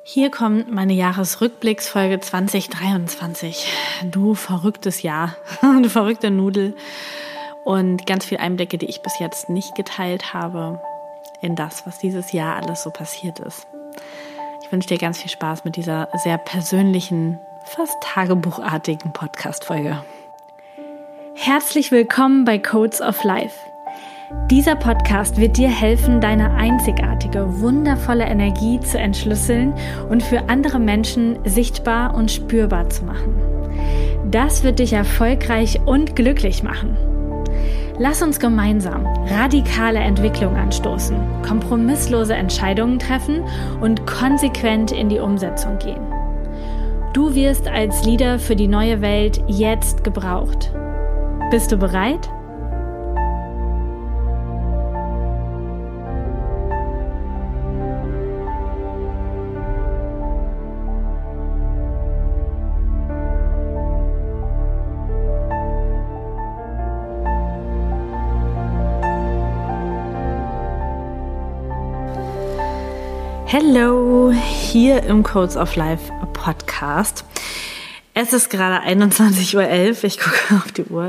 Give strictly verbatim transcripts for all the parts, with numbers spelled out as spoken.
Hier kommt meine Jahresrückblicksfolge zwanzig dreiundzwanzig. Du verrücktes Jahr, du verrückte Nudel und ganz viele Einblicke, die ich bis jetzt nicht geteilt habe in das, was dieses Jahr alles so passiert ist. Ich wünsche dir ganz viel Spaß mit dieser sehr persönlichen, fast tagebuchartigen Podcast-Folge. Herzlich willkommen bei Codes of Life. Dieser Podcast wird dir helfen, deine einzigartige, wundervolle Energie zu entschlüsseln und für andere Menschen sichtbar und spürbar zu machen. Das wird dich erfolgreich und glücklich machen. Lass uns gemeinsam radikale Entwicklung anstoßen, kompromisslose Entscheidungen treffen und konsequent in die Umsetzung gehen. Du wirst als Leader für die neue Welt jetzt gebraucht. Bist du bereit? Hallo, hier im Codes of Life Podcast. Es ist gerade einundzwanzig Uhr elf, ich gucke auf die Uhr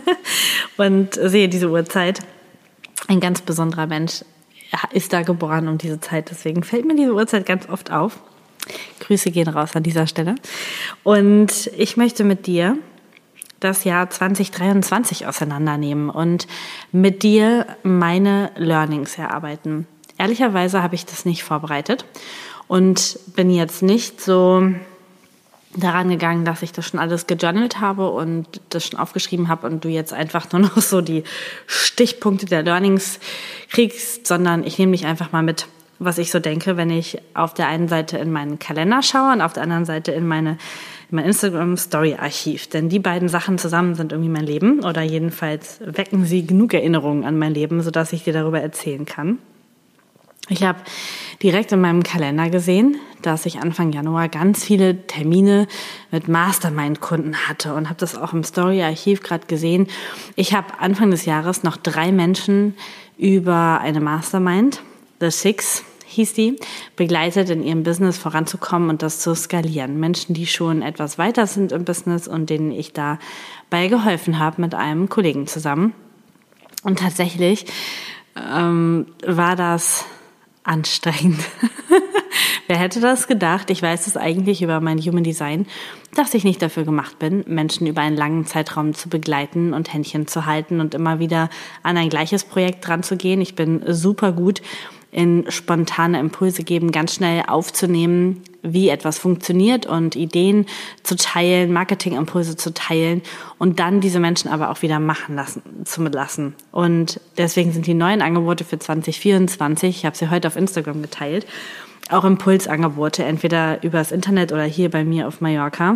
und sehe diese Uhrzeit. Ein ganz besonderer Mensch ist da geboren um diese Zeit, deswegen fällt mir diese Uhrzeit ganz oft auf. Grüße gehen raus an dieser Stelle. Und ich möchte mit dir das Jahr zwanzig dreiundzwanzig auseinandernehmen und mit dir meine Learnings erarbeiten. Ehrlicherweise habe ich das nicht vorbereitet und bin jetzt nicht so daran gegangen, dass ich das schon alles gejournalt habe und das schon aufgeschrieben habe und du jetzt einfach nur noch so die Stichpunkte der Learnings kriegst, sondern ich nehme dich einfach mal mit, was ich so denke, wenn ich auf der einen Seite in meinen Kalender schaue und auf der anderen Seite in meine in mein Instagram-Story-Archiv. Denn die beiden Sachen zusammen sind irgendwie mein Leben oder jedenfalls wecken sie genug Erinnerungen an mein Leben, sodass ich dir darüber erzählen kann. Ich habe direkt in meinem Kalender gesehen, dass ich Anfang Januar ganz viele Termine mit Mastermind-Kunden hatte und habe das auch im Story-Archiv gerade gesehen. Ich habe Anfang des Jahres noch drei Menschen über eine Mastermind, The Six hieß die, begleitet, in ihrem Business voranzukommen und das zu skalieren. Menschen, die schon etwas weiter sind im Business und denen ich dabei geholfen habe mit einem Kollegen zusammen. Und tatsächlich ähm, war das anstrengend. Wer hätte das gedacht? Ich weiß es eigentlich über mein Human Design, dass ich nicht dafür gemacht bin, Menschen über einen langen Zeitraum zu begleiten und Händchen zu halten und immer wieder an ein gleiches Projekt dran zu gehen. Ich bin super gut in spontane Impulse geben, ganz schnell aufzunehmen, wie etwas funktioniert und Ideen zu teilen, Marketingimpulse zu teilen und dann diese Menschen aber auch wieder machen lassen, zu lassen. Und deswegen sind die neuen Angebote für zwanzig vierundzwanzig, ich habe sie heute auf Instagram geteilt, auch Impulsangebote, entweder übers Internet oder hier bei mir auf Mallorca.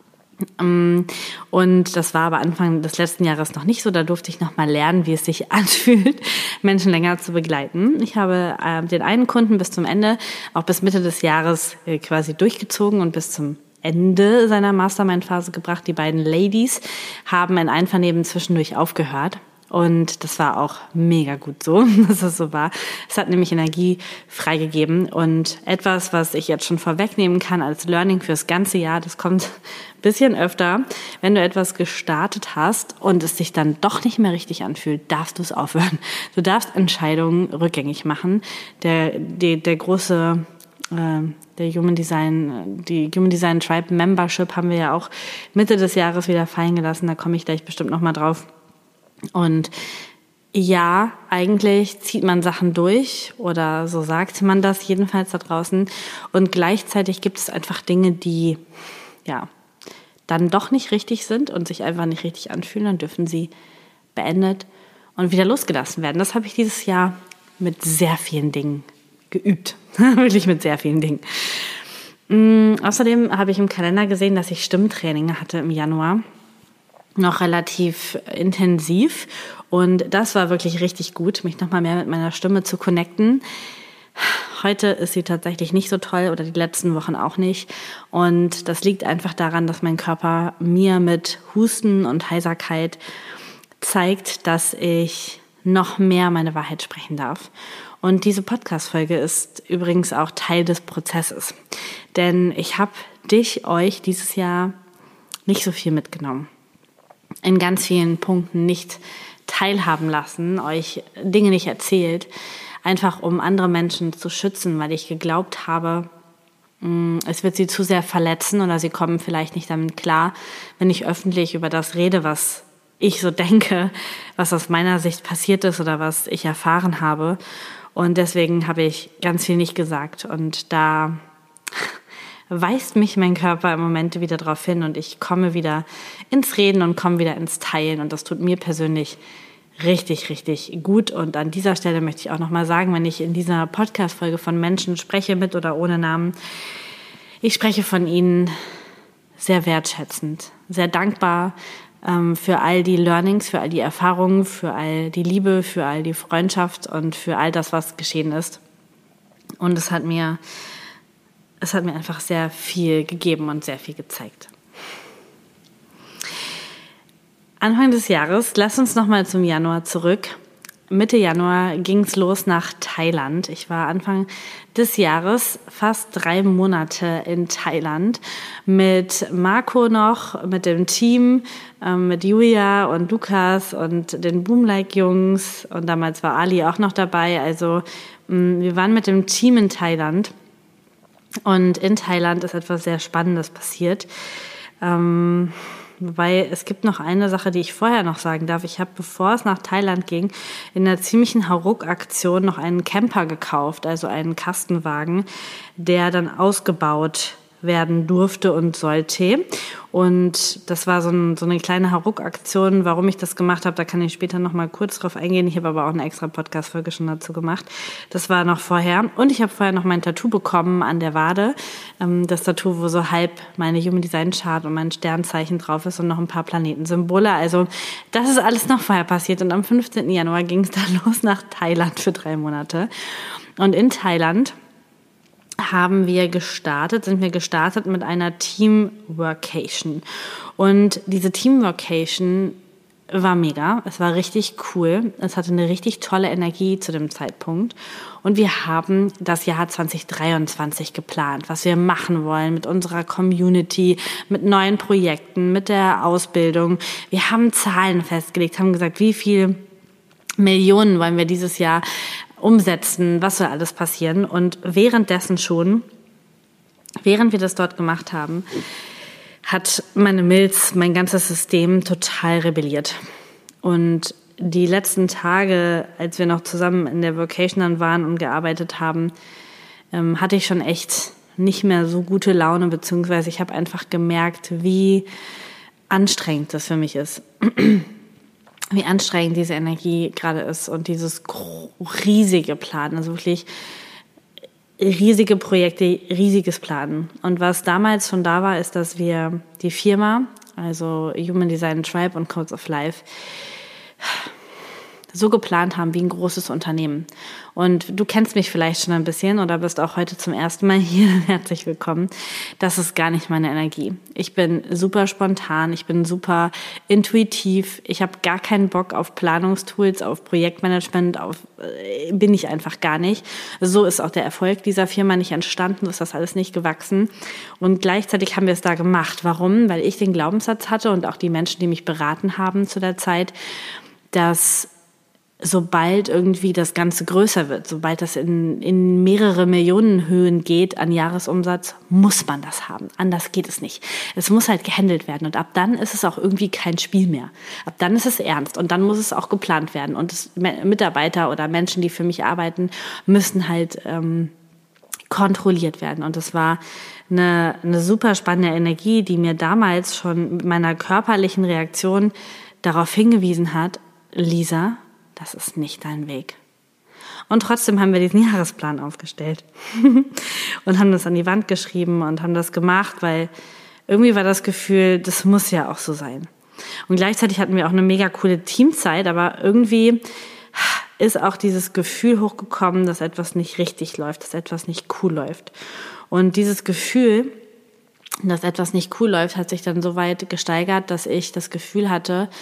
Und das war aber Anfang des letzten Jahres noch nicht so. Da durfte ich noch mal lernen, wie es sich anfühlt, Menschen länger zu begleiten. Ich habe äh, den einen Kunden bis zum Ende, auch bis Mitte des Jahres äh, quasi durchgezogen und bis zum Ende seiner Mastermind-Phase gebracht. Die beiden Ladies haben in Einvernehmen zwischendurch aufgehört. Und das war auch mega gut so, dass es so war. Es hat nämlich Energie freigegeben und etwas, was ich jetzt schon vorwegnehmen kann als Learning fürs ganze Jahr, das kommt ein bisschen öfter. Wenn du etwas gestartet hast und es sich dann doch nicht mehr richtig anfühlt, darfst du es aufhören. Du darfst Entscheidungen rückgängig machen. Der, die, der große äh, der Human Design, die Human Design Tribe Membership haben wir ja auch Mitte des Jahres wieder fallen gelassen. Da komme ich gleich bestimmt noch mal drauf. Und ja, eigentlich zieht man Sachen durch oder so sagt man das jedenfalls da draußen. Und gleichzeitig gibt es einfach Dinge, die ja dann doch nicht richtig sind und sich einfach nicht richtig anfühlen. Dann dürfen sie beendet und wieder losgelassen werden. Das habe ich dieses Jahr mit sehr vielen Dingen geübt. Wirklich mit sehr vielen Dingen. Mhm, außerdem habe ich im Kalender gesehen, dass ich Stimmtraining hatte im Januar. Noch relativ intensiv und das war wirklich richtig gut, mich nochmal mehr mit meiner Stimme zu connecten. Heute ist sie tatsächlich nicht so toll oder die letzten Wochen auch nicht und das liegt einfach daran, dass mein Körper mir mit Husten und Heiserkeit zeigt, dass ich noch mehr meine Wahrheit sprechen darf Und diese Podcast-Folge ist übrigens auch Teil des Prozesses. Denn ich habe dich, euch dieses Jahr nicht so viel mitgenommen. In ganz vielen Punkten nicht teilhaben lassen, euch Dinge nicht erzählt, einfach um andere Menschen zu schützen, weil ich geglaubt habe, es wird sie zu sehr verletzen oder sie kommen vielleicht nicht damit klar, wenn ich öffentlich über das rede, was ich so denke, was aus meiner Sicht passiert ist oder was ich erfahren habe. Und deswegen habe ich ganz viel nicht gesagt. Und da weist mich mein Körper im Moment wieder drauf hin und ich komme wieder ins Reden und komme wieder ins Teilen. Und das tut mir persönlich richtig, richtig gut. Und an dieser Stelle möchte ich auch nochmal sagen, wenn ich in dieser Podcast-Folge von Menschen spreche, mit oder ohne Namen, ich spreche von ihnen sehr wertschätzend, sehr dankbar ähm, für all die Learnings, für all die Erfahrungen, für all die Liebe, für all die Freundschaft und für all das, was geschehen ist. Und es hat mir, es hat mir einfach sehr viel gegeben und sehr viel gezeigt. Anfang des Jahres, lass uns nochmal zum Januar zurück. Mitte Januar ging es los nach Thailand. Ich war Anfang des Jahres fast drei Monate in Thailand mit Marco noch, mit dem Team, äh, mit Julia und Lukas und den Boomlike-Jungs. Und damals war Ali auch noch dabei. Also mh, wir waren mit dem Team in Thailand. Und in Thailand ist etwas sehr Spannendes passiert. Ähm, Wobei, es gibt noch eine Sache, die ich vorher noch sagen darf. Ich habe, bevor es nach Thailand ging, in einer ziemlichen Hauruck-Aktion noch einen Camper gekauft, also einen Kastenwagen, der dann ausgebaut werden durfte und sollte. Und das war so, ein, so eine kleine Hauruck-Aktion. Warum ich das gemacht habe, da kann ich später noch mal kurz drauf eingehen. Ich habe aber auch eine extra Podcast-Folge schon dazu gemacht. Das war noch vorher. Und ich habe vorher noch mein Tattoo bekommen an der Wade. Das Tattoo, wo so halb meine Human Design Chart und mein Sternzeichen drauf ist und noch ein paar Planetensymbole. Also das ist alles noch vorher passiert. Und am fünfzehnten Januar ging es dann los nach Thailand für drei Monate. Und in Thailand haben wir gestartet, sind wir gestartet mit einer Team-Workation. Und diese Team-Workation war mega. Es war richtig cool. Es hatte eine richtig tolle Energie zu dem Zeitpunkt. Und wir haben das Jahr zwanzig dreiundzwanzig geplant, was wir machen wollen mit unserer Community, mit neuen Projekten, mit der Ausbildung. Wir haben Zahlen festgelegt, haben gesagt, wie viel Millionen wollen wir dieses Jahr umsetzen, was soll alles passieren. Und währenddessen schon, während wir das dort gemacht haben, hat meine Milz, mein ganzes System total rebelliert. Und die letzten Tage, als wir noch zusammen in der Vocation dann waren und gearbeitet haben, ähm, hatte ich schon echt nicht mehr so gute Laune, beziehungsweise ich habe einfach gemerkt, wie anstrengend das für mich ist. Wie anstrengend diese Energie gerade ist und dieses riesige Planen, also wirklich riesige Projekte, riesiges Planen. Und was damals schon da war, ist, dass wir die Firma, also Human Design Tribe und Codes of Life, so geplant haben wie ein großes Unternehmen. Und du kennst mich vielleicht schon ein bisschen oder bist auch heute zum ersten Mal hier. Herzlich willkommen. Das ist gar nicht meine Energie. Ich bin super spontan, ich bin super intuitiv. Ich habe gar keinen Bock auf Planungstools, auf Projektmanagement, auf äh, bin ich einfach gar nicht. So ist auch der Erfolg dieser Firma nicht entstanden, so ist das alles nicht gewachsen. Und gleichzeitig haben wir es da gemacht. Warum? Weil ich den Glaubenssatz hatte und auch die Menschen, die mich beraten haben zu der Zeit, dass sobald irgendwie das Ganze größer wird, sobald das in, in mehrere Millionen Höhen geht an Jahresumsatz, muss man das haben. Anders geht es nicht. Es muss halt gehandelt werden und ab dann ist es auch irgendwie kein Spiel mehr. Ab dann ist es ernst und dann muss es auch geplant werden und es, Mitarbeiter oder Menschen, die für mich arbeiten, müssen halt ähm, kontrolliert werden. Und das war eine, eine super spannende Energie, die mir damals schon mit meiner körperlichen Reaktion darauf hingewiesen hat, Lisa, das ist nicht dein Weg. Und trotzdem haben wir diesen Jahresplan aufgestellt und haben das an die Wand geschrieben und haben das gemacht, weil irgendwie war das Gefühl, das muss ja auch so sein. Und gleichzeitig hatten wir auch eine mega coole Teamzeit, aber irgendwie ist auch dieses Gefühl hochgekommen, dass etwas nicht richtig läuft, dass etwas nicht cool läuft. Und dieses Gefühl, dass etwas nicht cool läuft, hat sich dann so weit gesteigert, dass ich das Gefühl hatte,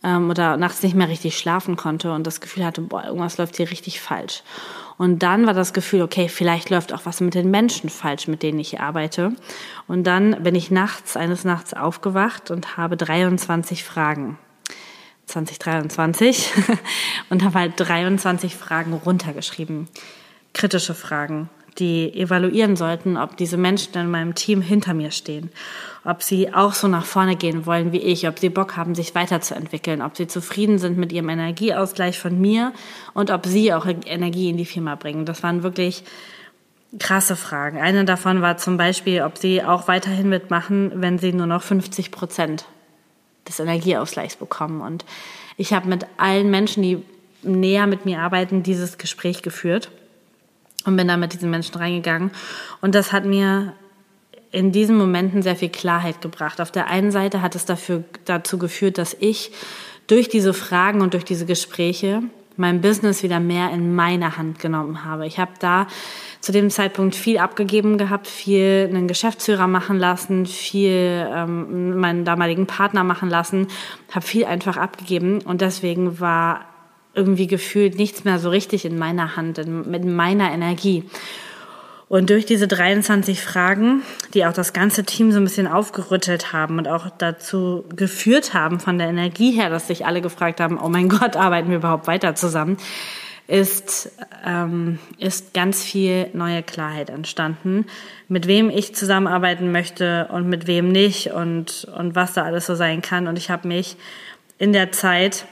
ähm, oder nachts nicht mehr richtig schlafen konnte und das Gefühl hatte, boah, irgendwas läuft hier richtig falsch. Und dann war das Gefühl, okay, vielleicht läuft auch was mit den Menschen falsch, mit denen ich arbeite. Und dann bin ich nachts, eines Nachts aufgewacht und habe dreiundzwanzig Fragen. zwanzig dreiundzwanzig und habe halt dreiundzwanzig Fragen runtergeschrieben. Kritische Fragen, die evaluieren sollten, ob diese Menschen in meinem Team hinter mir stehen, ob sie auch so nach vorne gehen wollen wie ich, ob sie Bock haben, sich weiterzuentwickeln, ob sie zufrieden sind mit ihrem Energieausgleich von mir und ob sie auch Energie in die Firma bringen. Das waren wirklich krasse Fragen. Eine davon war zum Beispiel, ob sie auch weiterhin mitmachen, wenn sie nur noch fünfzig Prozent des Energieausgleichs bekommen. Und ich habe mit allen Menschen, die näher mit mir arbeiten, dieses Gespräch geführt und bin da mit diesen Menschen reingegangen. Und das hat mir in diesen Momenten sehr viel Klarheit gebracht. Auf der einen Seite hat es dafür, dazu geführt, dass ich durch diese Fragen und durch diese Gespräche mein Business wieder mehr in meine Hand genommen habe. Ich habe da zu dem Zeitpunkt viel abgegeben gehabt, viel einen Geschäftsführer machen lassen, viel ähm, meinen damaligen Partner machen lassen, habe viel einfach abgegeben und deswegen war irgendwie gefühlt nichts mehr so richtig in meiner Hand, in, mit meiner Energie. Und durch diese dreiundzwanzig Fragen, die auch das ganze Team so ein bisschen aufgerüttelt haben und auch dazu geführt haben von der Energie her, dass sich alle gefragt haben, oh mein Gott, arbeiten wir überhaupt weiter zusammen, ist, ähm, ist ganz viel neue Klarheit entstanden, mit wem ich zusammenarbeiten möchte und mit wem nicht und, und was da alles so sein kann. Und ich habe mich in der Zeit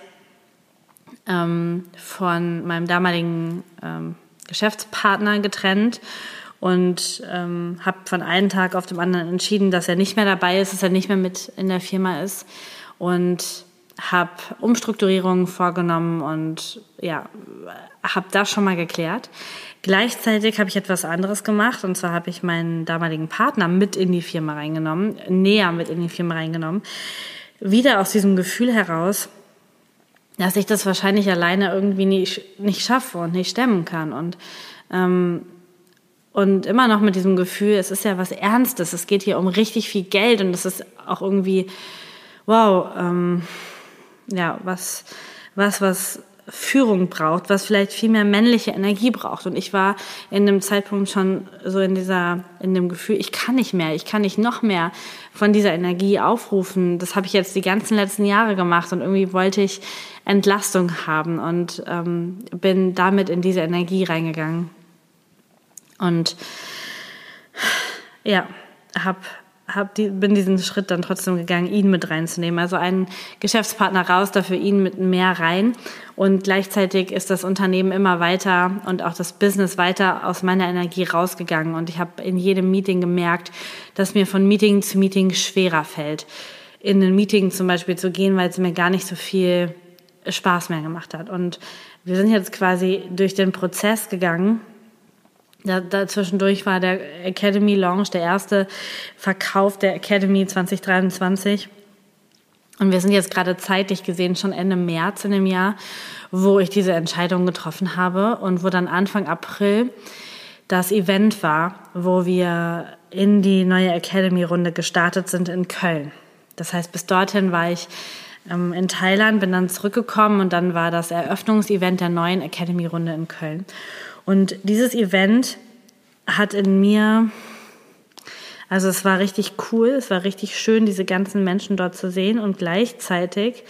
ähm, von meinem damaligen ähm, Geschäftspartner getrennt und ähm, habe von einem Tag auf den anderen entschieden, dass er nicht mehr dabei ist, dass er nicht mehr mit in der Firma ist und habe Umstrukturierungen vorgenommen und ja, habe das schon mal geklärt. Gleichzeitig habe ich etwas anderes gemacht und zwar habe ich meinen damaligen Partner mit in die Firma reingenommen, näher mit in die Firma reingenommen, wieder aus diesem Gefühl heraus, dass ich das wahrscheinlich alleine irgendwie nicht, nicht schaffe und nicht stemmen kann und ähm, und immer noch mit diesem Gefühl, es ist ja was Ernstes, es geht hier um richtig viel Geld und es ist auch irgendwie, wow, ähm, ja, was, was, was Führung braucht, was vielleicht viel mehr männliche Energie braucht. Und ich war in dem Zeitpunkt schon so in dieser, in dem Gefühl, ich kann nicht mehr, ich kann nicht noch mehr von dieser Energie aufrufen. Das habe ich jetzt die ganzen letzten Jahre gemacht und irgendwie wollte ich Entlastung haben und ähm, bin damit in diese Energie reingegangen. Und ja, hab, hab die, bin diesen Schritt dann trotzdem gegangen, ihn mit reinzunehmen. Also einen Geschäftspartner raus, dafür ihn mit mehr rein. Und gleichzeitig ist das Unternehmen immer weiter und auch das Business weiter aus meiner Energie rausgegangen. Und ich habe in jedem Meeting gemerkt, dass mir von Meeting zu Meeting schwerer fällt, in ein Meeting zum Beispiel zu gehen, weil es mir gar nicht so viel Spaß mehr gemacht hat. Und wir sind jetzt quasi durch den Prozess gegangen. Da, da zwischendurch war der Academy Launch, der erste Verkauf der Academy zwanzig dreiundzwanzig. Und wir sind jetzt gerade zeitlich gesehen schon Ende März in dem Jahr, wo ich diese Entscheidung getroffen habe und wo dann Anfang April das Event war, wo wir in die neue Academy-Runde gestartet sind in Köln. Das heißt, bis dorthin war ich ähm, in Thailand, bin dann zurückgekommen und dann war das Eröffnungsevent der neuen Academy-Runde in Köln. Und dieses Event hat in mir, also es war richtig cool, es war richtig schön, diese ganzen Menschen dort zu sehen und gleichzeitig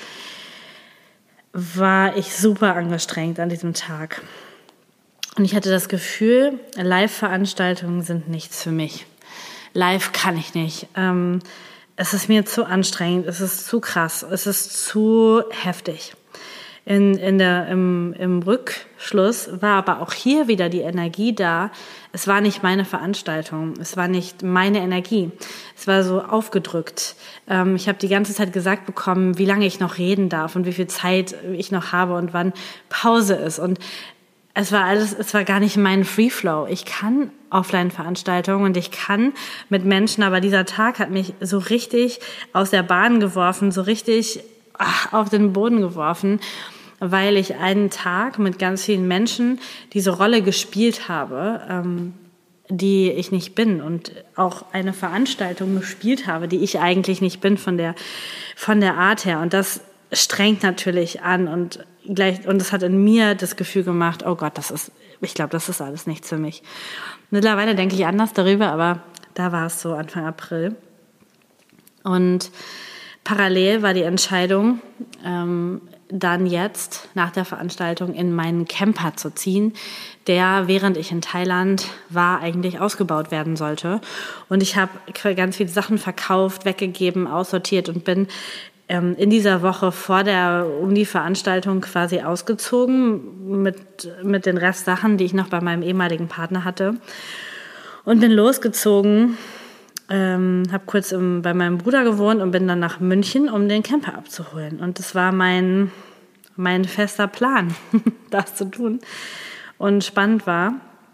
war ich super angestrengt an diesem Tag. Und ich hatte das Gefühl, Live-Veranstaltungen sind nichts für mich. Live kann ich nicht. Ähm, es ist mir zu anstrengend, es ist zu krass, es ist zu heftig. In, in der, im, im Rückschluss war aber auch hier wieder die Energie da. Es war nicht meine Veranstaltung, es war nicht meine Energie. Es war so aufgedrückt. Ähm, ich habe die ganze Zeit gesagt bekommen, wie lange ich noch reden darf und wie viel Zeit ich noch habe und wann Pause ist. Und es war alles, es war gar nicht mein Free Flow. Ich kann Offline-Veranstaltungen und ich kann mit Menschen, aber dieser Tag hat mich so richtig aus der Bahn geworfen, so richtig ach, auf den Boden geworfen, weil ich einen Tag mit ganz vielen Menschen diese Rolle gespielt habe, ähm, die ich nicht bin und auch eine Veranstaltung gespielt habe, die ich eigentlich nicht bin von der, von der Art her. Und das strengt natürlich an und gleich, und es hat in mir das Gefühl gemacht, oh Gott, das ist, ich glaube, das ist alles nichts für mich. Mittlerweile denke ich anders darüber, aber da war es so Anfang April. Und parallel war die Entscheidung, ähm, dann jetzt nach der Veranstaltung in meinen Camper zu ziehen, der, während ich in Thailand war, eigentlich ausgebaut werden sollte. Und ich habe ganz viele Sachen verkauft, weggegeben, aussortiert und bin ähm, in dieser Woche vor der, um die Veranstaltung quasi ausgezogen mit, mit den Restsachen, die ich noch bei meinem ehemaligen Partner hatte. Und bin losgezogen, ähm, habe kurz im, bei meinem Bruder gewohnt und bin dann nach München, um den Camper abzuholen. Und das war mein, mein fester Plan, das zu tun. Und spannend war,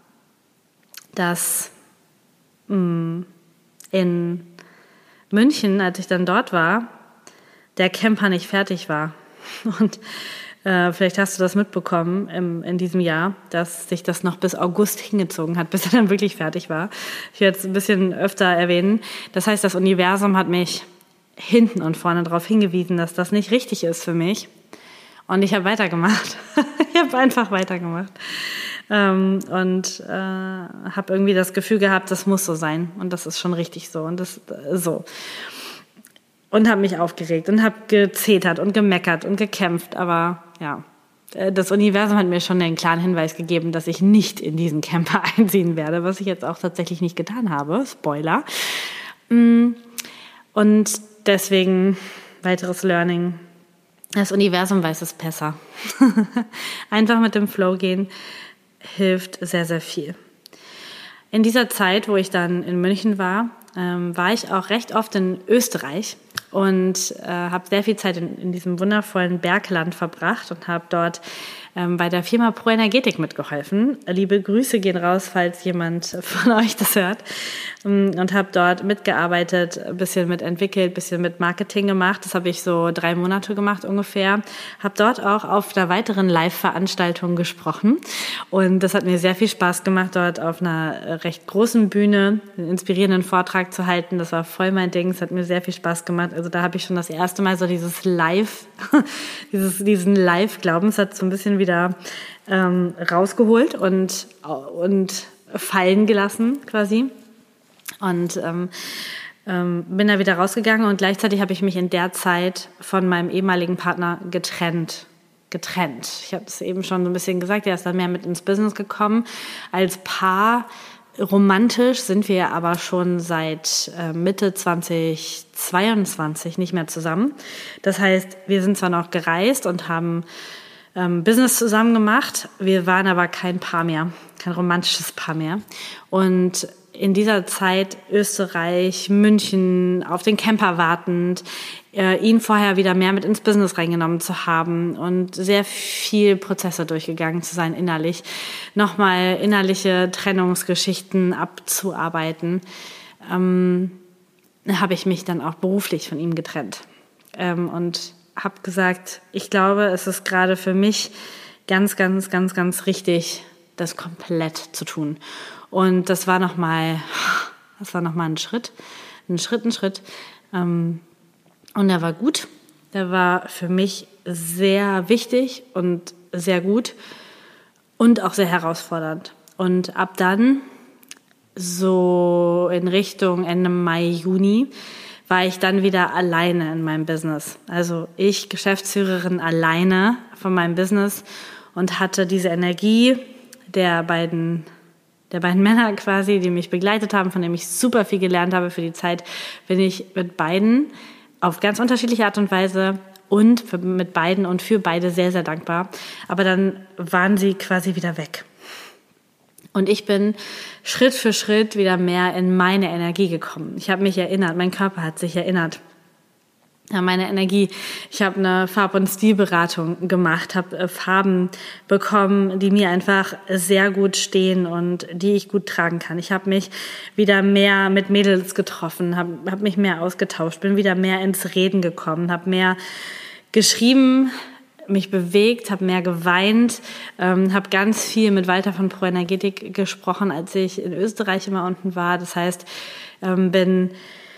dass mh, in München, als ich dann dort war, der Camper nicht fertig war. Und äh, vielleicht hast du das mitbekommen im, in diesem Jahr, dass sich das noch bis August hingezogen hat, bis er dann wirklich fertig war. Ich werde es ein bisschen öfter erwähnen. Das heißt, das Universum hat mich hinten und vorne darauf hingewiesen, dass das nicht richtig ist für mich. Und ich habe weitergemacht. ich habe einfach weitergemacht. Ähm, und äh, habe irgendwie das Gefühl gehabt, das muss so sein. Und das ist schon richtig so. Und das äh, so. Und habe mich aufgeregt und habe gezetert und gemeckert und gekämpft. Aber ja, das Universum hat mir schon einen klaren Hinweis gegeben, dass ich nicht in diesen Camper einziehen werde, was ich jetzt auch tatsächlich nicht getan habe. Spoiler. Und deswegen weiteres Learning. Das Universum weiß es besser. Einfach mit dem Flow gehen hilft sehr, sehr viel. In dieser Zeit, wo ich dann in München war, ähm, war ich auch recht oft in Österreich und äh, habe sehr viel Zeit in, in diesem wundervollen Bergland verbracht und habe dort ähm, bei der Firma Pro Energetik mitgeholfen. Liebe Grüße gehen raus, falls jemand von euch das hört. Und habe dort mitgearbeitet, ein bisschen mitentwickelt, ein bisschen mit Marketing gemacht. Das habe ich so drei Monate gemacht ungefähr. Habe dort auch auf einer weiteren Live-Veranstaltung gesprochen. Und das hat mir sehr viel Spaß gemacht, dort auf einer recht großen Bühne einen inspirierenden Vortrag zu halten. Das war voll mein Ding. Es hat mir sehr viel Spaß gemacht. Also da habe ich schon das erste Mal so dieses Live, dieses, diesen Live-Glaubenssatz so ein bisschen wieder ähm, rausgeholt und, und fallen gelassen quasi. Und ähm, ähm, bin da wieder rausgegangen und gleichzeitig habe ich mich in der Zeit von meinem ehemaligen Partner getrennt. getrennt. Ich habe es eben schon so ein bisschen gesagt, er ist dann mehr mit ins Business gekommen. Als Paar romantisch sind wir aber schon seit äh, Mitte zwanzig zweiundzwanzig nicht mehr zusammen. Das heißt, wir sind zwar noch gereist und haben ähm, Business zusammen gemacht, wir waren aber kein Paar mehr, kein romantisches Paar mehr. Und in dieser Zeit Österreich, München, auf den Camper wartend, äh, ihn vorher wieder mehr mit ins Business reingenommen zu haben und sehr viel Prozesse durchgegangen zu sein innerlich, nochmal innerliche Trennungsgeschichten abzuarbeiten, ähm, habe ich mich dann auch beruflich von ihm getrennt ähm, und habe gesagt, ich glaube, es ist gerade für mich ganz, ganz, ganz, ganz richtig, das komplett zu tun. Und das war nochmal, das war nochmal ein Schritt, ein Schritt, ein Schritt. Und der war gut. Der war für mich sehr wichtig und sehr gut und auch sehr herausfordernd. Und ab dann, so in Richtung Ende Mai, Juni, war ich dann wieder alleine in meinem Business. Also ich, Geschäftsführerin, alleine von meinem Business und hatte diese Energie der beiden der beiden Männer quasi, die mich begleitet haben, von denen ich super viel gelernt habe für die Zeit, bin ich mit beiden auf ganz unterschiedliche Art und Weise und für, mit beiden und für beide sehr, sehr dankbar. Aber dann waren sie quasi wieder weg. Und ich bin Schritt für Schritt wieder mehr in meine Energie gekommen. Ich habe mich erinnert, mein Körper hat sich erinnert. Ja, meine Energie. Ich habe eine Farb- und Stilberatung gemacht, habe Farben bekommen, die mir einfach sehr gut stehen und die ich gut tragen kann. Ich habe mich wieder mehr mit Mädels getroffen, habe hab mich mehr ausgetauscht, bin wieder mehr ins Reden gekommen, habe mehr geschrieben, mich bewegt, habe mehr geweint, ähm, habe ganz viel mit Walter von Pro Energetik gesprochen, als ich in Österreich immer unten war. Das heißt, ähm, bin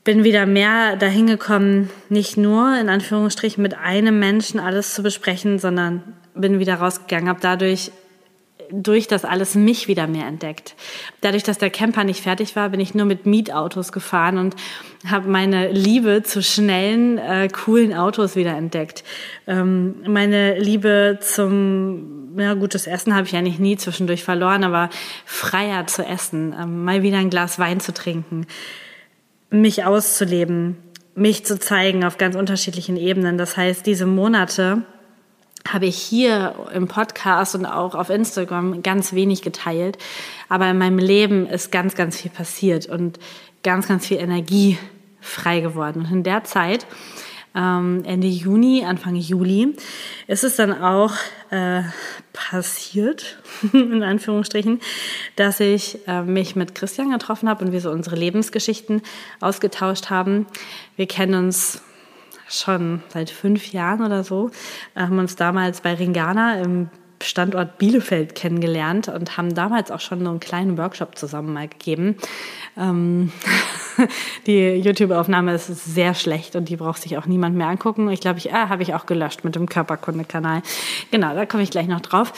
bin wieder mehr dahin gekommen, nicht nur in Anführungsstrichen mit einem Menschen alles zu besprechen, sondern bin wieder rausgegangen, habe dadurch durch das alles mich wieder mehr entdeckt. Dadurch, dass der Camper nicht fertig war, bin ich nur mit Mietautos gefahren und habe meine Liebe zu schnellen, äh, coolen Autos wieder entdeckt. Ähm, meine Liebe zum, ja, gutes Essen habe ich eigentlich nie zwischendurch verloren, aber freier zu essen, ähm, mal wieder ein Glas Wein zu trinken, mich auszuleben, mich zu zeigen auf ganz unterschiedlichen Ebenen. Das heißt, diese Monate habe ich hier im Podcast und auch auf Instagram ganz wenig geteilt. Aber in meinem Leben ist ganz, ganz viel passiert und ganz, ganz viel Energie frei geworden. Und in der Zeit, ähm, Ende Juni, Anfang Juli, ist es dann auch äh, passiert, in Anführungsstrichen, dass ich äh, mich mit Christian getroffen habe und wir so unsere Lebensgeschichten ausgetauscht haben. Wir kennen uns schon seit fünf Jahren oder so, haben uns damals bei Ringana im Standort Bielefeld kennengelernt und haben damals auch schon so einen kleinen Workshop zusammen mal gegeben. Ähm, die YouTube-Aufnahme ist sehr schlecht und die braucht sich auch niemand mehr angucken. Ich glaube, ich ah, habe ich auch gelöscht mit dem Körperkunde-Kanal. Genau, da komme ich gleich noch drauf.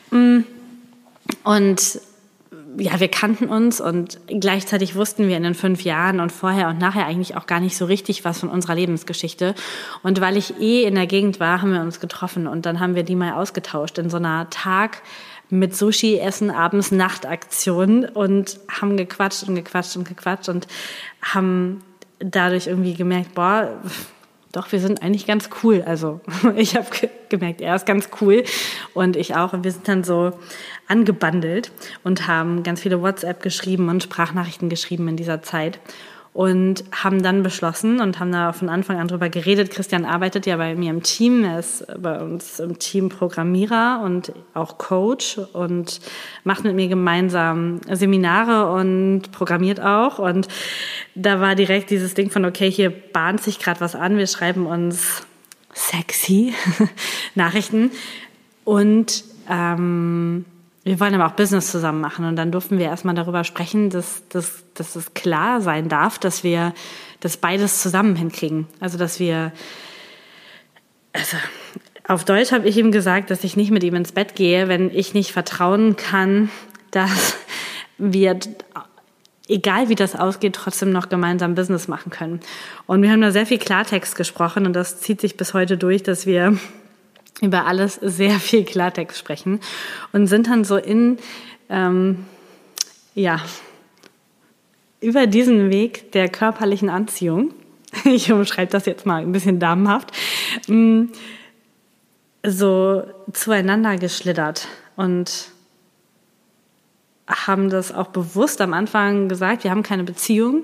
Und ja, wir kannten uns und gleichzeitig wussten wir in den fünf Jahren und vorher und nachher eigentlich auch gar nicht so richtig was von unserer Lebensgeschichte. Und weil ich eh in der Gegend war, haben wir uns getroffen und dann haben wir die mal ausgetauscht in so einer Tag mit Sushi essen, abends Nachtaktion und haben gequatscht und gequatscht und gequatscht und haben dadurch irgendwie gemerkt, boah, doch, wir sind eigentlich ganz cool. Also ich habe ge- gemerkt, er ist ganz cool und ich auch. Und wir sind dann so angebandelt und haben ganz viele WhatsApp geschrieben und Sprachnachrichten geschrieben in dieser Zeit und haben dann beschlossen und haben da von Anfang an drüber geredet. Christian arbeitet ja bei mir im Team, er ist bei uns im Team Programmierer und auch Coach und macht mit mir gemeinsam Seminare und programmiert auch. Und da war direkt dieses Ding von, okay, hier bahnt sich gerade was an, wir schreiben uns sexy Nachrichten und ähm, wir wollen aber auch Business zusammen machen und dann durften wir erstmal darüber sprechen, dass, dass, dass es klar sein darf, dass wir das beides zusammen hinkriegen. Also dass wir, also auf Deutsch habe ich ihm gesagt, dass ich nicht mit ihm ins Bett gehe, wenn ich nicht vertrauen kann, dass wir, egal wie das ausgeht, trotzdem noch gemeinsam Business machen können. Und wir haben da sehr viel Klartext gesprochen und das zieht sich bis heute durch, dass wir über alles sehr viel Klartext sprechen und sind dann so in, ähm, ja, über diesen Weg der körperlichen Anziehung, ich umschreibe das jetzt mal ein bisschen damenhaft, so zueinander geschlittert und haben das auch bewusst am Anfang gesagt, wir haben keine Beziehung,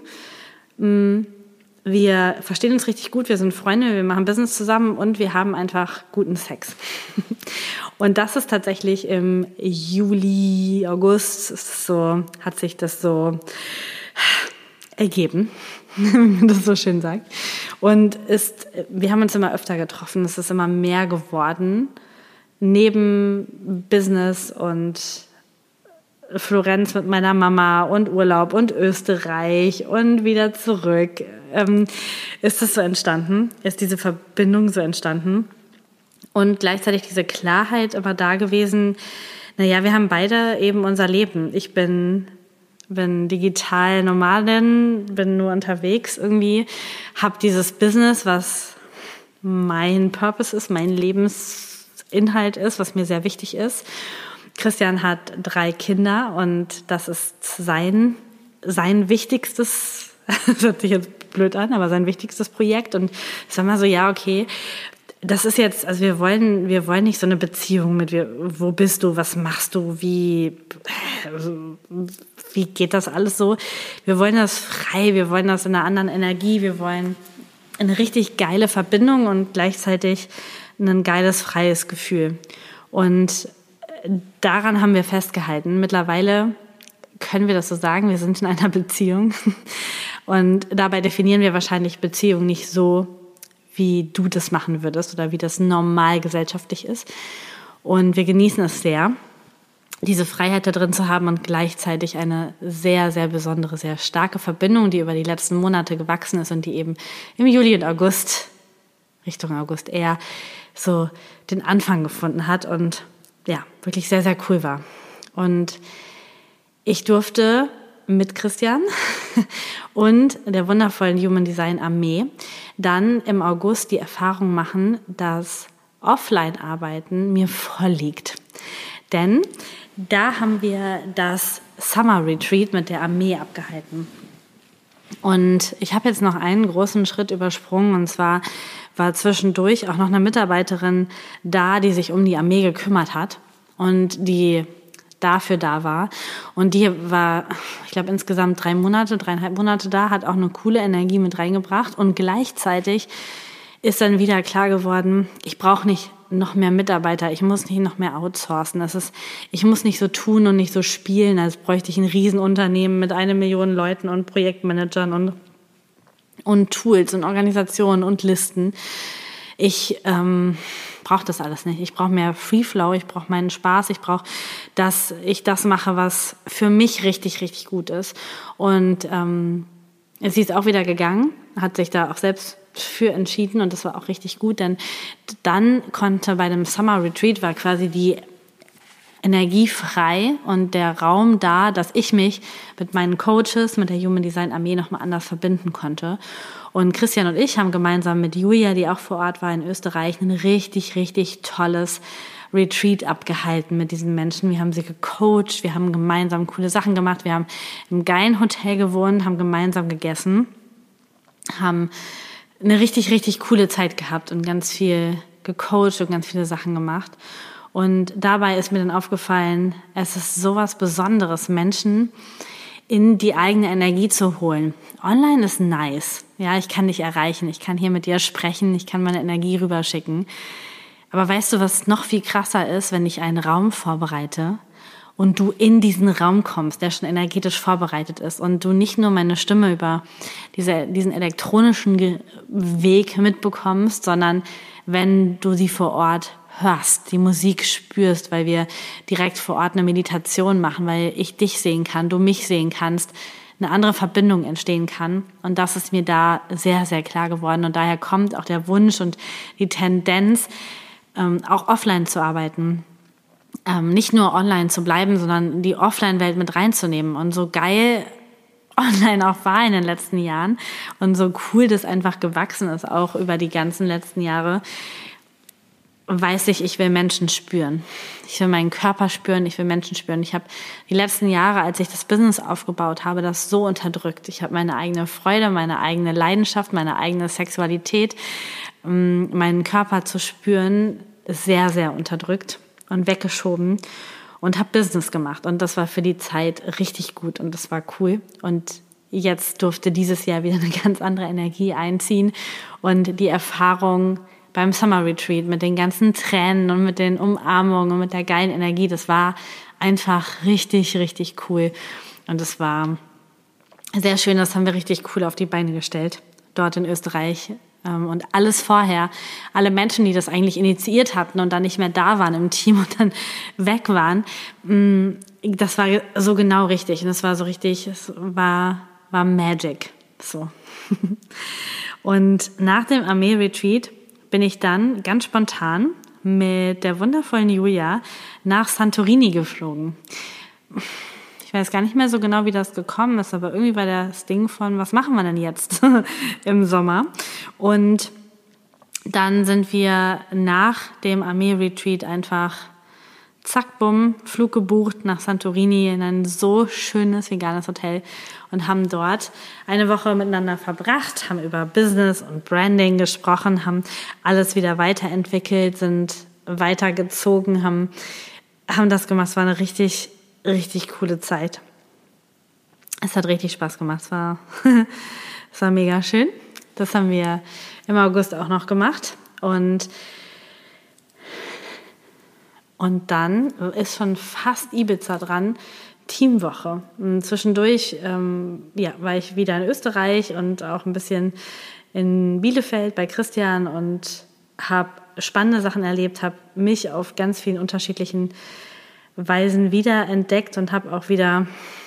wir verstehen uns richtig gut, wir sind Freunde, wir machen Business zusammen und wir haben einfach guten Sex. Und das ist tatsächlich im Juli, August, so hat sich das so ergeben, wie man das so schön sagt. Und ist, wir haben uns immer öfter getroffen, es ist immer mehr geworden, neben Business und Florenz mit meiner Mama und Urlaub und Österreich und wieder zurück, ähm, ist das so entstanden, ist diese Verbindung so entstanden und gleichzeitig diese Klarheit immer da gewesen, naja, wir haben beide eben unser Leben. Ich bin, bin digital Nomadin, bin nur unterwegs irgendwie, habe dieses Business, was mein Purpose ist, mein Lebensinhalt ist, was mir sehr wichtig ist. Christian hat drei Kinder und das ist sein, sein wichtigstes, das hört sich jetzt blöd an, aber sein wichtigstes Projekt. Und ich sag mal so, ja, okay, das ist jetzt, also wir wollen, wir wollen nicht so eine Beziehung mit, wo bist du, was machst du, wie, wie geht das alles so? Wir wollen das frei, wir wollen das in einer anderen Energie, wir wollen eine richtig geile Verbindung und gleichzeitig ein geiles, freies Gefühl. Und daran haben wir festgehalten. Mittlerweile können wir das so sagen, wir sind in einer Beziehung. Und dabei definieren wir wahrscheinlich Beziehung nicht so, wie du das machen würdest oder wie das normal gesellschaftlich ist. Und wir genießen es sehr. diese Freiheit da drin zu haben und gleichzeitig eine sehr, sehr besondere, sehr starke Verbindung, die über die letzten Monate gewachsen ist und die eben im Juli und August, Richtung August eher, so den Anfang gefunden hat und ja, wirklich sehr, sehr cool war. Und ich durfte mit Christian und der wundervollen Human Design Armee dann im August die Erfahrung machen, dass Offline-Arbeiten mir voll liegt. Denn da haben wir das Summer Retreat mit der Armee abgehalten. Und ich habe jetzt noch einen großen Schritt übersprungen, und zwar war zwischendurch auch noch eine Mitarbeiterin da, die sich um die Armee gekümmert hat und die dafür da war. Und die war, ich glaube, insgesamt drei Monate, dreieinhalb Monate da, hat auch eine coole Energie mit reingebracht. Und gleichzeitig ist dann wieder klar geworden, ich brauche nicht noch mehr Mitarbeiter, ich muss nicht noch mehr outsourcen. Das ist, ich muss nicht so tun und nicht so spielen, als bräuchte ich ein Riesenunternehmen mit einer Million Leuten und Projektmanagern und, und Tools und Organisationen und Listen. Ich ähm, brauche das alles nicht. Ich brauche mehr Free Flow, ich brauche meinen Spaß, ich brauche, dass ich das mache, was für mich richtig, richtig gut ist. Und ähm, sie ist auch wieder gegangen, hat sich da auch selbst für entschieden und das war auch richtig gut, denn dann konnte bei dem Summer Retreat war quasi die Energie frei und der Raum da, dass ich mich mit meinen Coaches, mit der Human Design Armee nochmal anders verbinden konnte. Und Christian und ich haben gemeinsam mit Julia, die auch vor Ort war in Österreich, ein richtig, richtig tolles Retreat abgehalten mit diesen Menschen. Wir haben sie gecoacht, wir haben gemeinsam coole Sachen gemacht, wir haben im geilen Hotel gewohnt, haben gemeinsam gegessen, haben eine richtig, richtig coole Zeit gehabt und ganz viel gecoacht und ganz viele Sachen gemacht. Und dabei ist mir dann aufgefallen, es ist sowas Besonderes, Menschen in die eigene Energie zu holen. Online ist nice. Ja, ich kann dich erreichen, ich kann hier mit dir sprechen, ich kann meine Energie rüberschicken. Aber weißt du, was noch viel krasser ist, wenn ich einen Raum vorbereite und du in diesen Raum kommst, der schon energetisch vorbereitet ist und du nicht nur meine Stimme über diese, diesen elektronischen Weg mitbekommst, sondern wenn du sie vor Ort hörst, die Musik spürst, weil wir direkt vor Ort eine Meditation machen, weil ich dich sehen kann, du mich sehen kannst, eine andere Verbindung entstehen kann. Und das ist mir da sehr, sehr klar geworden. Und daher kommt auch der Wunsch und die Tendenz, ähm, auch offline zu arbeiten. Ähm, nicht nur online zu bleiben, sondern die Offline-Welt mit reinzunehmen. Und so geil online auch war in den letzten Jahren und so cool das einfach gewachsen ist, auch über die ganzen letzten Jahre, weiß ich, ich will Menschen spüren. Ich will meinen Körper spüren, ich will Menschen spüren. Ich habe die letzten Jahre, als ich das Business aufgebaut habe, das so unterdrückt. Ich habe meine eigene Freude, meine eigene Leidenschaft, meine eigene Sexualität, meinen Körper zu spüren, sehr, sehr unterdrückt und weggeschoben und habe Business gemacht. Und das war für die Zeit richtig gut und das war cool. Und jetzt durfte dieses Jahr wieder eine ganz andere Energie einziehen und die Erfahrung beim Summer Retreat mit den ganzen Tränen und mit den Umarmungen und mit der geilen Energie, das war einfach richtig, richtig cool. Und es war sehr schön, das haben wir richtig cool auf die Beine gestellt, dort in Österreich. Und alles vorher, alle Menschen, die das eigentlich initiiert hatten und dann nicht mehr da waren im Team und dann weg waren, das war so genau richtig. Und es war so richtig, es war, war Magic. So. Und nach dem Armee-Retreat bin ich dann ganz spontan mit der wundervollen Julia nach Santorini geflogen. Ich weiß gar nicht mehr so genau, wie das gekommen ist, aber irgendwie war das Ding von, was machen wir denn jetzt im Sommer? Und dann sind wir nach dem Armee-Retreat einfach zack, bumm, Flug gebucht nach Santorini in ein so schönes veganes Hotel und haben dort eine Woche miteinander verbracht, haben über Business und Branding gesprochen, haben alles wieder weiterentwickelt, sind weitergezogen, haben, haben das gemacht. Es war eine richtig, richtig coole Zeit. Es hat richtig Spaß gemacht. Es war, es war mega schön. Das haben wir im August auch noch gemacht und Und dann ist schon fast Ibiza dran, Teamwoche. Und zwischendurch ähm, ja, war ich wieder in Österreich und auch ein bisschen in Bielefeld bei Christian und habe spannende Sachen erlebt, habe mich auf ganz vielen unterschiedlichen Weisen wiederentdeckt und habe auch wieder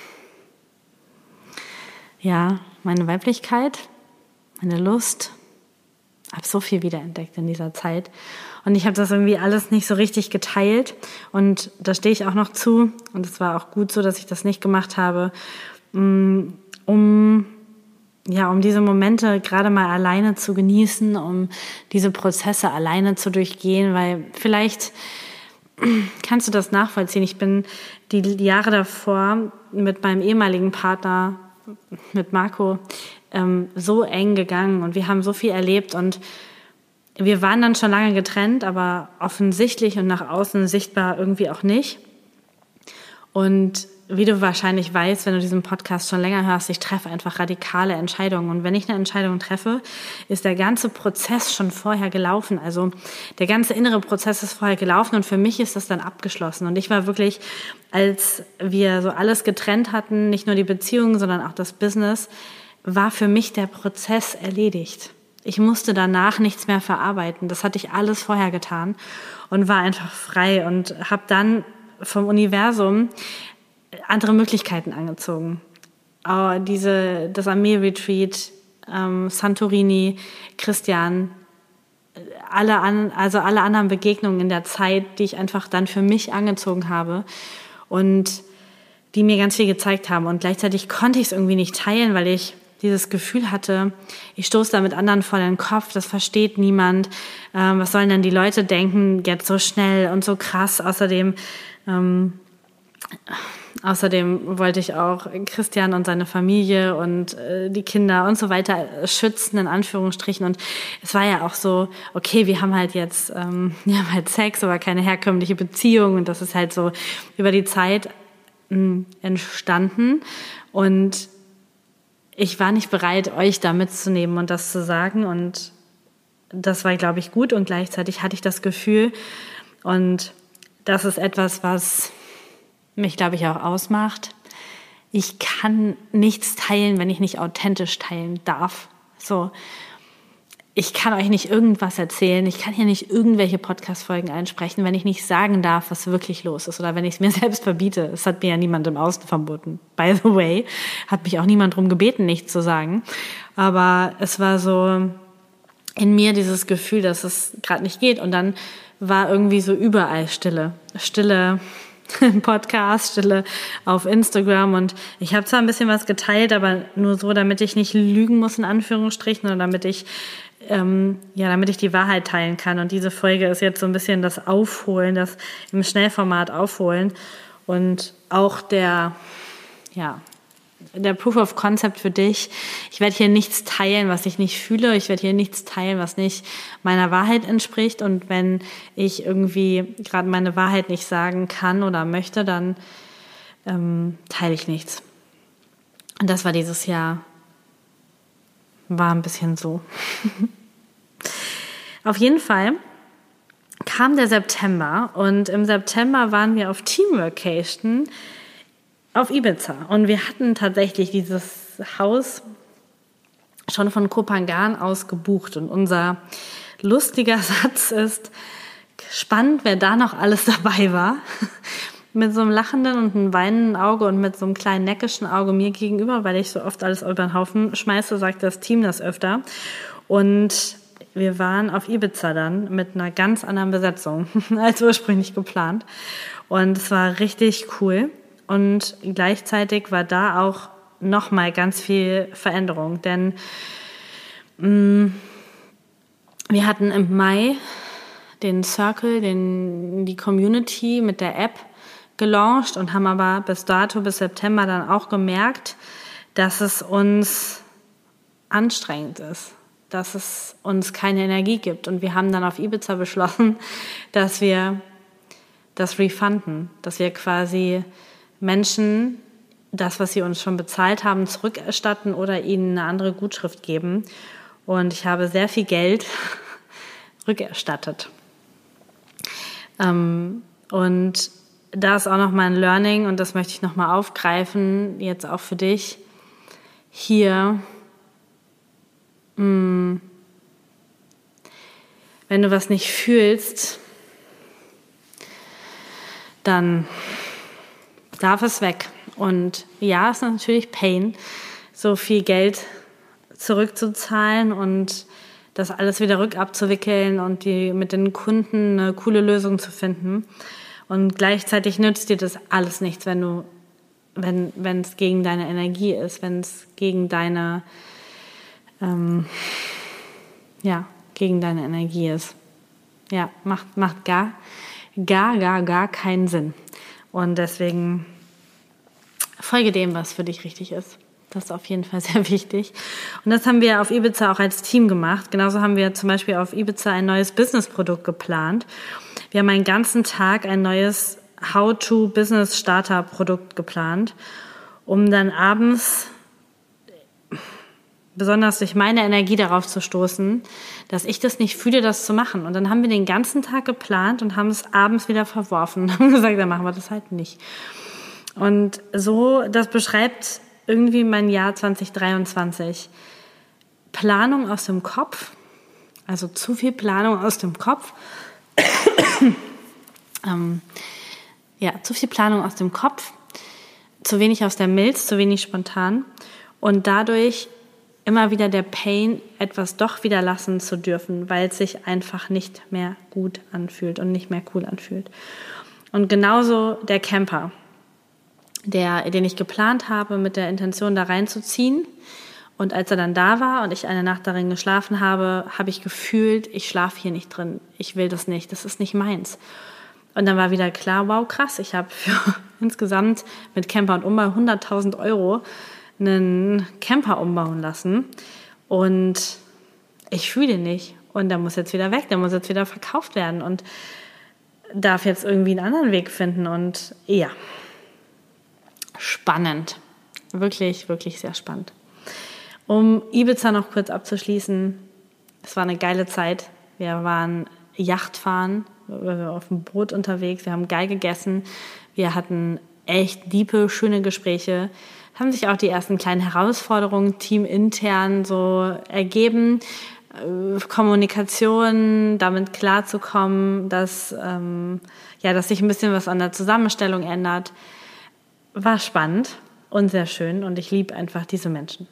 ja, meine Weiblichkeit, meine Lust, habe so viel wiederentdeckt in dieser Zeit. Und ich habe das irgendwie alles nicht so richtig geteilt. Und da stehe ich auch noch zu. Und es war auch gut so, dass ich das nicht gemacht habe, um, ja, um diese Momente gerade mal alleine zu genießen, um diese Prozesse alleine zu durchgehen. Weil vielleicht kannst du das nachvollziehen. Ich bin die Jahre davor mit meinem ehemaligen Partner, mit Marco, ähm, so eng gegangen und wir haben so viel erlebt und wir waren dann schon lange getrennt, aber offensichtlich und nach außen sichtbar irgendwie auch nicht. Und wie du wahrscheinlich weißt, wenn du diesen Podcast schon länger hörst, ich treffe einfach radikale Entscheidungen. Und wenn ich eine Entscheidung treffe, ist der ganze Prozess schon vorher gelaufen. Also der ganze innere Prozess ist vorher gelaufen und für mich ist das dann abgeschlossen. Und ich war wirklich, als wir so alles getrennt hatten, nicht nur die Beziehung, sondern auch das Business, war für mich der Prozess erledigt. Ich musste danach nichts mehr verarbeiten. Das hatte ich alles vorher getan und war einfach frei und habe dann vom Universum andere Möglichkeiten angezogen. Oh, diese, das Amir-Retreat, ähm, Santorini, Christian, alle, an, also alle anderen Begegnungen in der Zeit, die ich einfach dann für mich angezogen habe und die mir ganz viel gezeigt haben. Und gleichzeitig konnte ich es irgendwie nicht teilen, weil ich dieses Gefühl hatte, ich stoße da mit anderen vor den Kopf, das versteht niemand. Ähm, was sollen denn die Leute denken, jetzt so schnell und so krass. Außerdem ähm, Außerdem wollte ich auch Christian und seine Familie und äh, die Kinder und so weiter schützen, in Anführungsstrichen. Und es war ja auch so, okay, wir haben halt jetzt ähm, wir haben halt Sex, aber keine herkömmliche Beziehung. Und das ist halt so über die Zeit mh, entstanden. Und ich war nicht bereit, euch da mitzunehmen und das zu sagen. Und das war, glaube ich, gut. Und gleichzeitig hatte ich das Gefühl, und das ist etwas, was mich, glaube ich, auch ausmacht. Ich kann nichts teilen, wenn ich nicht authentisch teilen darf. So, ich kann euch nicht irgendwas erzählen. Ich kann hier nicht irgendwelche Podcast-Folgen einsprechen, wenn ich nicht sagen darf, was wirklich los ist oder wenn ich es mir selbst verbiete. Es hat mir ja niemand im Außen verboten. By the way, hat mich auch niemand darum gebeten, nichts zu sagen. Aber es war so in mir dieses Gefühl, dass es gerade nicht geht. Und dann war irgendwie so überall Stille. Stille im Podcast, Stille auf Instagram. Und ich habe zwar ein bisschen was geteilt, aber nur so, damit ich nicht lügen muss, in Anführungsstrichen, oder damit ich ähm, ja, damit ich die Wahrheit teilen kann. Und diese Folge ist jetzt so ein bisschen das Aufholen, das im Schnellformat Aufholen und auch der, ja, der Proof of Concept für dich. Ich werde hier nichts teilen, was ich nicht fühle. Ich werde hier nichts teilen, was nicht meiner Wahrheit entspricht. Und wenn ich irgendwie gerade meine Wahrheit nicht sagen kann oder möchte, dann ähm, teile ich nichts. Und das war dieses Jahr, war ein bisschen so. Auf jeden Fall kam der September und im September waren wir auf Teamworkation auf Ibiza. Und wir hatten tatsächlich dieses Haus schon von Koh Phangan aus gebucht. Und unser lustiger Satz ist, spannend, wer da noch alles dabei war. Mit so einem lachenden und einem weinenden Auge und mit so einem kleinen neckischen Auge mir gegenüber, weil ich so oft alles über den Haufen schmeiße, sagt das Team das öfter. Und wir waren auf Ibiza dann mit einer ganz anderen Besetzung als ursprünglich geplant. Und es war richtig cool. Und gleichzeitig war da auch nochmal ganz viel Veränderung. Denn mh, wir hatten im Mai den Circle, den, die Community mit der App gelauncht und haben aber bis dato, bis September dann auch gemerkt, dass es uns anstrengend ist, dass es uns keine Energie gibt. Und wir haben dann auf Ibiza beschlossen, dass wir das refunden, dass wir quasi Menschen das, was sie uns schon bezahlt haben, zurückerstatten oder ihnen eine andere Gutschrift geben. Und ich habe sehr viel Geld rückerstattet. Ähm, und da ist auch noch mal ein Learning und das möchte ich noch mal aufgreifen, jetzt auch für dich. Hier, mh, wenn du was nicht fühlst, dann darf es weg. Und ja, es ist natürlich Pain, so viel Geld zurückzuzahlen und das alles wieder rückabzuwickeln und die mit den Kunden eine coole Lösung zu finden. Und gleichzeitig nützt dir das alles nichts, wenn du, wenn, wenn es gegen deine Energie ist, wenn es gegen deine, ähm, ja, gegen deine Energie ist. Ja, macht, macht gar, gar, gar, gar keinen Sinn. Und deswegen folge dem, was für dich richtig ist. Das ist auf jeden Fall sehr wichtig. Und das haben wir auf Ibiza auch als Team gemacht. Genauso haben wir zum Beispiel auf Ibiza ein neues Business-Produkt geplant. Wir haben einen ganzen Tag ein neues How-to-Business-Starter-Produkt geplant, um dann abends besonders durch meine Energie darauf zu stoßen, dass ich das nicht fühle, das zu machen. Und dann haben wir den ganzen Tag geplant und haben es abends wieder verworfen und haben gesagt, dann machen wir das halt nicht. Und so, das beschreibt irgendwie mein Jahr zwanzig dreiundzwanzig. Planung aus dem Kopf, also zu viel Planung aus dem Kopf. ähm, ja, zu viel Planung aus dem Kopf, zu wenig aus der Milz, zu wenig spontan und dadurch immer wieder der Pain, etwas doch wieder lassen zu dürfen, weil es sich einfach nicht mehr gut anfühlt und nicht mehr cool anfühlt. Und genauso der Camper, der, den ich geplant habe, mit der Intention da reinzuziehen. Und als er dann da war und ich eine Nacht darin geschlafen habe, habe ich gefühlt, ich schlafe hier nicht drin. Ich will das nicht, das ist nicht meins. Und dann war wieder klar, wow, krass, ich habe für insgesamt mit Camper und Umbau hunderttausend Euro einen Camper umbauen lassen und ich fühle den nicht und der muss jetzt wieder weg, der muss jetzt wieder verkauft werden und darf jetzt irgendwie einen anderen Weg finden und ja, spannend, wirklich, wirklich sehr spannend. Um Ibiza noch kurz abzuschließen, es war eine geile Zeit, wir waren Yachtfahren, wir waren auf dem Boot unterwegs, wir haben geil gegessen, wir hatten echt diepe, schöne Gespräche, haben sich auch die ersten kleinen Herausforderungen teamintern so ergeben. Äh, Kommunikation, damit klarzukommen, dass, ähm, ja, dass sich ein bisschen was an der Zusammenstellung ändert. War spannend und sehr schön und ich liebe einfach diese Menschen.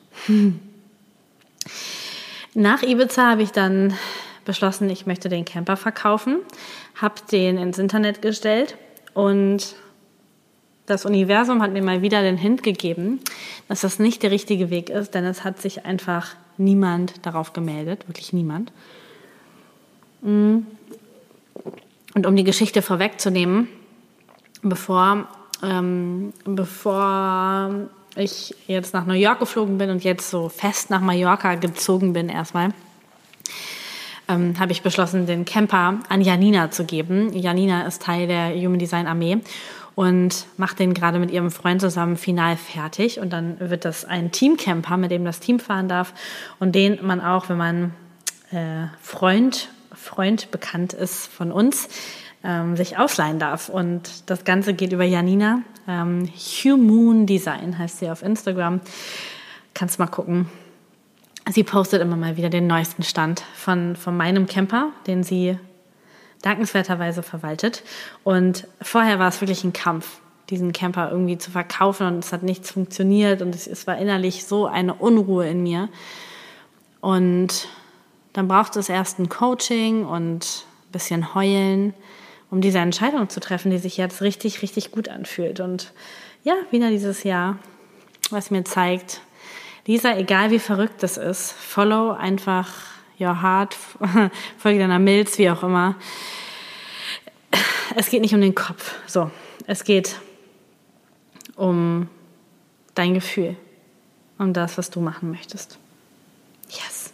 Nach Ibiza habe ich dann beschlossen, ich möchte den Camper verkaufen, habe den ins Internet gestellt und das Universum hat mir mal wieder den Hint gegeben, dass das nicht der richtige Weg ist, denn es hat sich einfach niemand darauf gemeldet, wirklich niemand. Und um die Geschichte vorwegzunehmen, bevor, ähm, bevor ich jetzt nach New York geflogen bin und jetzt so fest nach Mallorca gezogen bin erstmal, ähm, habe ich beschlossen, den Camper an Janina zu geben. Janina ist Teil der Human Design Armee und macht den gerade mit ihrem Freund zusammen final fertig. Und dann wird das ein Teamcamper, mit dem das Team fahren darf und den man auch, wenn man äh, Freund, Freund bekannt ist von uns, ähm, sich ausleihen darf. Und das Ganze geht über Janina. Ähm, Human Design heißt sie auf Instagram. Kannst mal gucken. Sie postet immer mal wieder den neuesten Stand von, von meinem Camper, den sie dankenswerterweise verwaltet. Und vorher war es wirklich ein Kampf, diesen Camper irgendwie zu verkaufen und es hat nichts funktioniert und es, es war innerlich so eine Unruhe in mir. Und dann braucht es erst ein Coaching und ein bisschen heulen, um diese Entscheidung zu treffen, die sich jetzt richtig, richtig gut anfühlt. Und ja, wieder dieses Jahr, was mir zeigt, Lisa, egal wie verrückt das ist, follow einfach your heart, folge deiner Milz, wie auch immer. Es geht nicht um den Kopf, so. Es geht um dein Gefühl, um das, was du machen möchtest. Yes.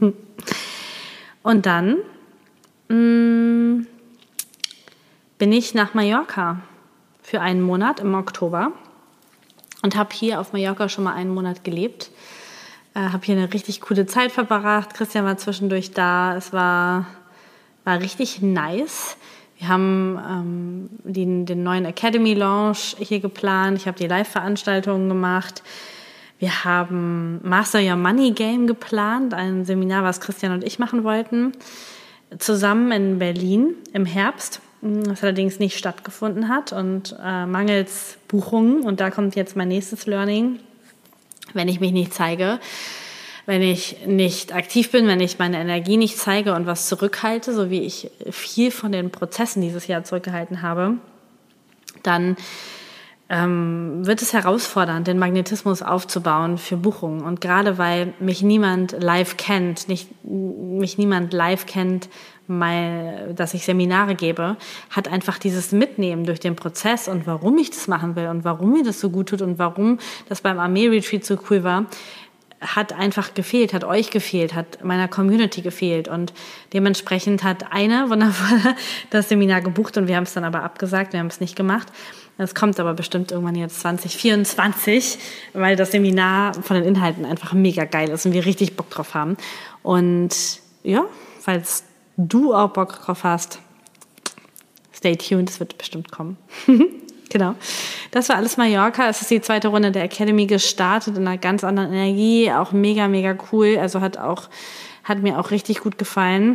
Und dann mh, bin ich nach Mallorca für einen Monat im Oktober und habe hier auf Mallorca schon mal einen Monat gelebt. Äh, habe hier eine richtig coole Zeit verbracht. Christian war zwischendurch da. Es war, war richtig nice. Wir haben ähm, den, den neuen Academy Launch hier geplant. Ich habe die Live-Veranstaltungen gemacht. Wir haben Master Your Money Game geplant, ein Seminar, was Christian und ich machen wollten, zusammen in Berlin im Herbst. was allerdings nicht stattgefunden hat und äh, mangels Buchungen. Und da kommt jetzt mein nächstes Learning. Wenn ich mich nicht zeige, wenn ich nicht aktiv bin, wenn ich meine Energie nicht zeige und was zurückhalte, so wie ich viel von den Prozessen dieses Jahr zurückgehalten habe, dann ähm, wird es herausfordernd, den Magnetismus aufzubauen für Buchungen. Und gerade weil mich niemand live kennt, nicht, mich niemand live kennt, mal, dass ich Seminare gebe, hat einfach dieses Mitnehmen durch den Prozess und warum ich das machen will und warum mir das so gut tut und warum das beim Armee-Retreat so cool war, hat einfach gefehlt, hat euch gefehlt, hat meiner Community gefehlt. Und dementsprechend hat eine wundervolle das Seminar gebucht und wir haben es dann aber abgesagt, wir haben es nicht gemacht. Das kommt aber bestimmt irgendwann jetzt zwanzig vierundzwanzig, weil das Seminar von den Inhalten einfach mega geil ist und wir richtig Bock drauf haben. Und ja, falls du auch Bock drauf hast, stay tuned, es wird bestimmt kommen. Genau. Das war alles Mallorca. Es ist die zweite Runde der Academy gestartet in einer ganz anderen Energie, auch mega, mega cool. Also hat auch, hat mir auch richtig gut gefallen.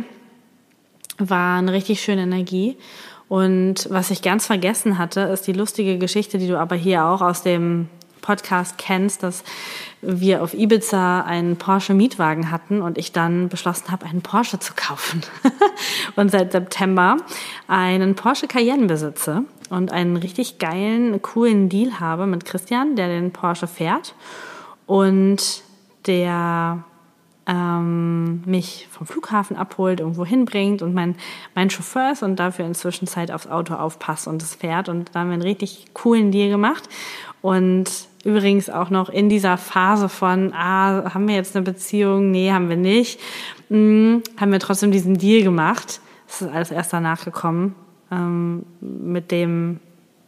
War eine richtig schöne Energie. Und was ich ganz vergessen hatte, ist die lustige Geschichte, die du aber hier auch aus dem Podcast kennst, dass wir auf Ibiza einen Porsche-Mietwagen hatten und ich dann beschlossen habe, einen Porsche zu kaufen. Und seit September einen Porsche Cayenne besitze und einen richtig geilen, coolen Deal habe mit Christian, der den Porsche fährt und der ähm, mich vom Flughafen abholt, irgendwo hinbringt und mein, mein Chauffeur ist und dafür inzwischen Zeit aufs Auto aufpasst und es fährt. Und da haben wir einen richtig coolen Deal gemacht. Und übrigens auch noch in dieser Phase von, ah, haben wir jetzt eine Beziehung? Nee, haben wir nicht. Hm, haben wir trotzdem diesen Deal gemacht. Das ist alles erst danach gekommen. Ähm, mit dem,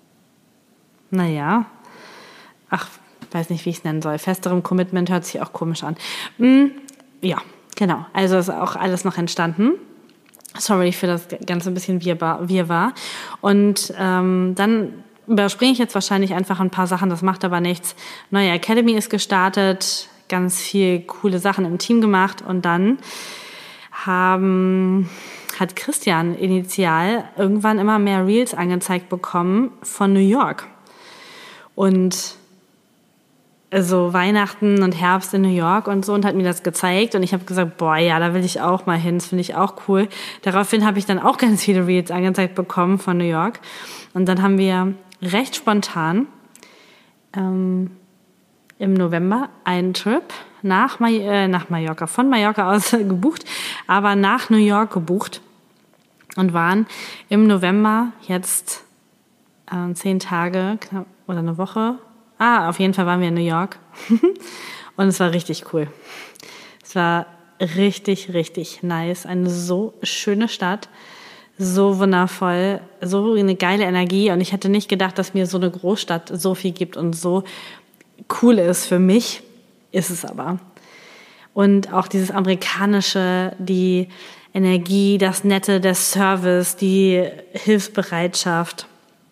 naja, ach, weiß nicht, wie ich es nennen soll. Festerem Commitment hört sich auch komisch an. Hm, ja, genau. Also ist auch alles noch entstanden. Sorry für das Ganze ein bisschen wirrwarr. Und ähm, dann überspringe ich jetzt wahrscheinlich einfach ein paar Sachen, das macht aber nichts. Neue Academy ist gestartet, ganz viel coole Sachen im Team gemacht und dann haben, hat Christian initial irgendwann immer mehr Reels angezeigt bekommen von New York. Und also Weihnachten und Herbst in New York und so und hat mir das gezeigt und ich habe gesagt, boah, ja, da will ich auch mal hin, das finde ich auch cool. Daraufhin habe ich dann auch ganz viele Reels angezeigt bekommen von New York und dann haben wir recht spontan ähm, im November einen Trip nach, May- äh, nach Mallorca, von Mallorca aus gebucht, aber nach New York gebucht und waren im November jetzt äh, zehn Tage knapp, oder eine Woche. Ah, auf jeden Fall waren wir in New York und es war richtig cool. Es war richtig, richtig nice. Eine so schöne Stadt. So wundervoll, so eine geile Energie und ich hätte nicht gedacht, dass mir so eine Großstadt so viel gibt und so cool ist für mich, ist es aber. Und auch dieses Amerikanische, die Energie, das Nette, der Service, die Hilfsbereitschaft,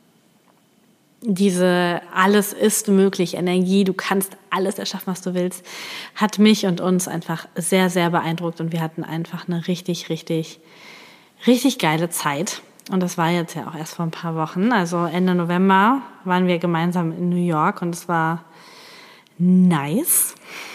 diese alles ist möglich Energie, du kannst alles erschaffen, was du willst, hat mich und uns einfach sehr, sehr beeindruckt und wir hatten einfach eine richtig, richtig Richtig geile Zeit. Und das war jetzt ja auch erst vor ein paar Wochen. Also Ende November waren wir gemeinsam in New York und es war nice.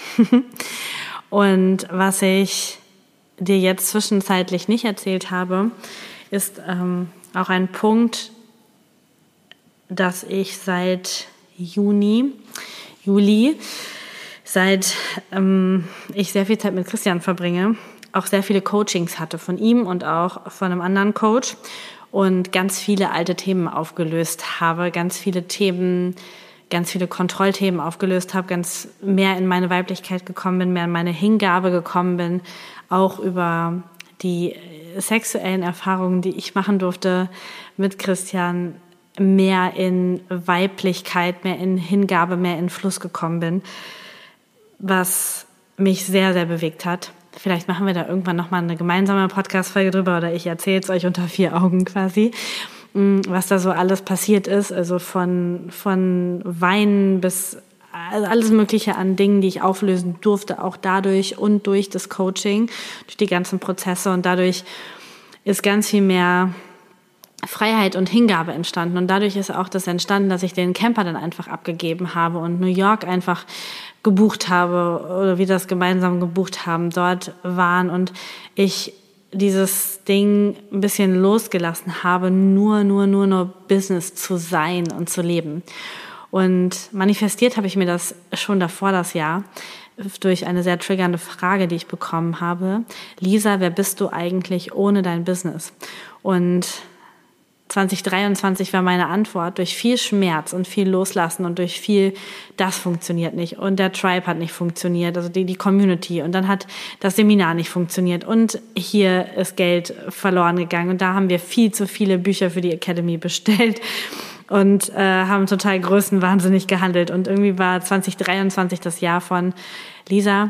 Und was ich dir jetzt zwischenzeitlich nicht erzählt habe, ist ähm, auch ein Punkt, dass ich seit Juni, Juli, seit ähm, ich sehr viel Zeit mit Christian verbringe, auch sehr viele Coachings hatte von ihm und auch von einem anderen Coach und ganz viele alte Themen aufgelöst habe, ganz viele Themen, ganz viele Kontrollthemen aufgelöst habe, ganz mehr in meine Weiblichkeit gekommen bin, mehr in meine Hingabe gekommen bin, auch über die sexuellen Erfahrungen, die ich machen durfte mit Christian, mehr in Weiblichkeit, mehr in Hingabe, mehr in Fluss gekommen bin, was mich sehr, sehr bewegt hat. Vielleicht machen wir da irgendwann nochmal eine gemeinsame Podcast-Folge drüber oder ich erzähle es euch unter vier Augen quasi, was da so alles passiert ist. Also von, von Weinen bis alles Mögliche an Dingen, die ich auflösen durfte, auch dadurch und durch das Coaching, durch die ganzen Prozesse. Und dadurch ist ganz viel mehr Freiheit und Hingabe entstanden. Und dadurch ist auch das entstanden, dass ich den Camper dann einfach abgegeben habe und New York einfach gebucht habe oder wir das gemeinsam gebucht haben, dort waren und ich dieses Ding ein bisschen losgelassen habe, nur, nur, nur, nur Business zu sein und zu leben. Und manifestiert habe ich mir das schon davor das Jahr durch eine sehr triggernde Frage, die ich bekommen habe. Lisa, wer bist du eigentlich ohne dein Business? Und zwanzig dreiundzwanzig war meine Antwort durch viel Schmerz und viel Loslassen und durch viel, das funktioniert nicht und der Tribe hat nicht funktioniert, also die, die Community und dann hat das Seminar nicht funktioniert und hier ist Geld verloren gegangen und da haben wir viel zu viele Bücher für die Academy bestellt und äh, haben total größenwahnsinnig gehandelt und irgendwie war zwanzig dreiundzwanzig das Jahr von Lisa,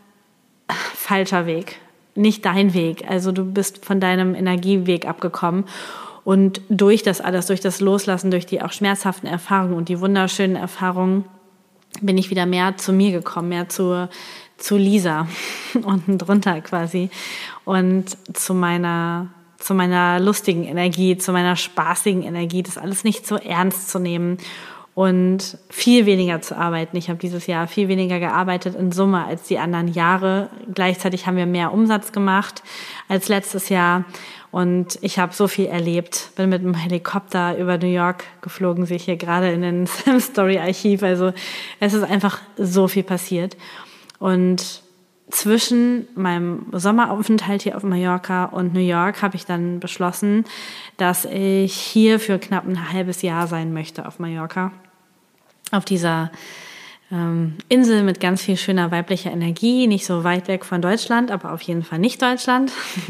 falscher Weg, nicht dein Weg, also du bist von deinem Energieweg abgekommen. Und durch das alles, durch das Loslassen, durch die auch schmerzhaften Erfahrungen und die wunderschönen Erfahrungen bin ich wieder mehr zu mir gekommen, mehr zu, zu Lisa, unten drunter quasi und zu meiner, zu meiner lustigen Energie, zu meiner spaßigen Energie, das alles nicht so ernst zu nehmen und viel weniger zu arbeiten. Ich habe dieses Jahr viel weniger gearbeitet in Summe als die anderen Jahre. Gleichzeitig haben wir mehr Umsatz gemacht als letztes Jahr. Und ich habe so viel erlebt, bin mit dem Helikopter über New York geflogen, sehe ich hier gerade in den Sam Story Archiv. Also es ist einfach so viel passiert. Und zwischen meinem Sommeraufenthalt hier auf Mallorca und New York habe ich dann beschlossen, dass ich hier für knapp ein halbes Jahr sein möchte auf Mallorca. Auf dieser ähm, Insel mit ganz viel schöner weiblicher Energie, nicht so weit weg von Deutschland, aber auf jeden Fall nicht Deutschland.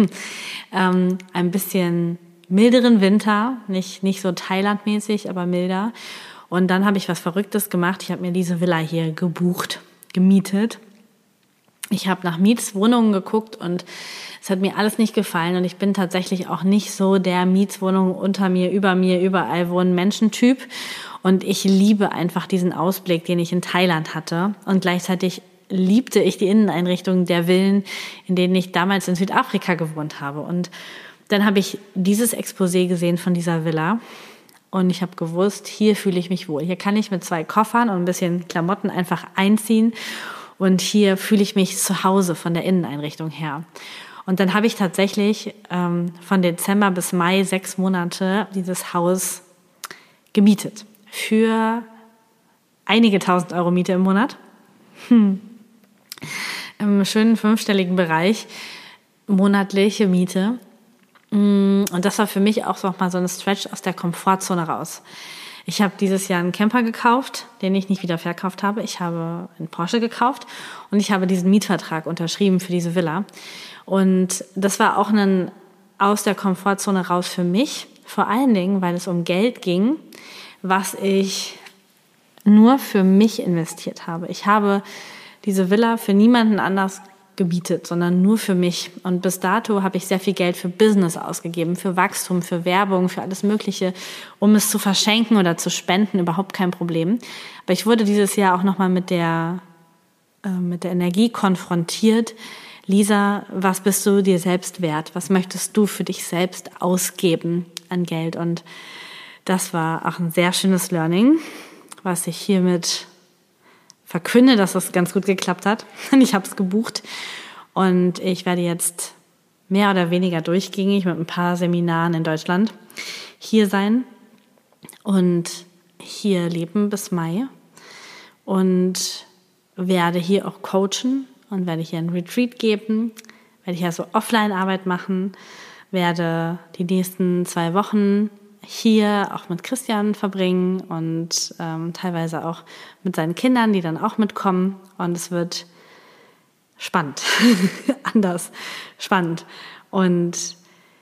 ähm, ein bisschen milderen Winter, nicht, nicht so Thailand-mäßig, aber milder. Und dann habe ich was Verrücktes gemacht. Ich habe mir diese Villa hier gebucht, gemietet. Ich habe nach Mietswohnungen geguckt und es hat mir alles nicht gefallen und ich bin tatsächlich auch nicht so der Mietswohnung unter mir, über mir, überall wohnen Menschentyp und ich liebe einfach diesen Ausblick, den ich in Thailand hatte und gleichzeitig liebte ich die Inneneinrichtungen der Villen, in denen ich damals in Südafrika gewohnt habe und dann habe ich dieses Exposé gesehen von dieser Villa und ich habe gewusst, hier fühle ich mich wohl. Hier kann ich mit zwei Koffern und ein bisschen Klamotten einfach einziehen. Und hier fühle ich mich zu Hause von der Inneneinrichtung her. Und dann habe ich tatsächlich ähm, von Dezember bis Mai sechs Monate dieses Haus gemietet. Für einige tausend Euro Miete im Monat. Hm. Im schönen fünfstelligen Bereich. Monatliche Miete. Und das war für mich auch noch mal so ein Stretch aus der Komfortzone raus. Ich habe dieses Jahr einen Camper gekauft, den ich nicht wieder verkauft habe. Ich habe einen Porsche gekauft und ich habe diesen Mietvertrag unterschrieben für diese Villa. Und das war auch ein aus der Komfortzone raus für mich. Vor allen Dingen, weil es um Geld ging, was ich nur für mich investiert habe. Ich habe diese Villa für niemanden anders gemietet, sondern nur für mich. Und bis dato habe ich sehr viel Geld für Business ausgegeben, für Wachstum, für Werbung, für alles Mögliche, um es zu verschenken oder zu spenden, überhaupt kein Problem. Aber ich wurde dieses Jahr auch nochmal mit der, äh, mit der Energie konfrontiert. Lisa, was bist du dir selbst wert? Was möchtest du für dich selbst ausgeben an Geld? Und das war auch ein sehr schönes Learning, was ich hiermit verkünde, dass das ganz gut geklappt hat. Ich habe es gebucht und ich werde jetzt mehr oder weniger durchgängig mit ein paar Seminaren in Deutschland hier sein und hier leben bis Mai und werde hier auch coachen und werde hier ein Retreat geben, werde hier so Offline-Arbeit machen, werde die nächsten zwei Wochen hier auch mit Christian verbringen und ähm, teilweise auch mit seinen Kindern, die dann auch mitkommen. Und es wird spannend, anders, spannend und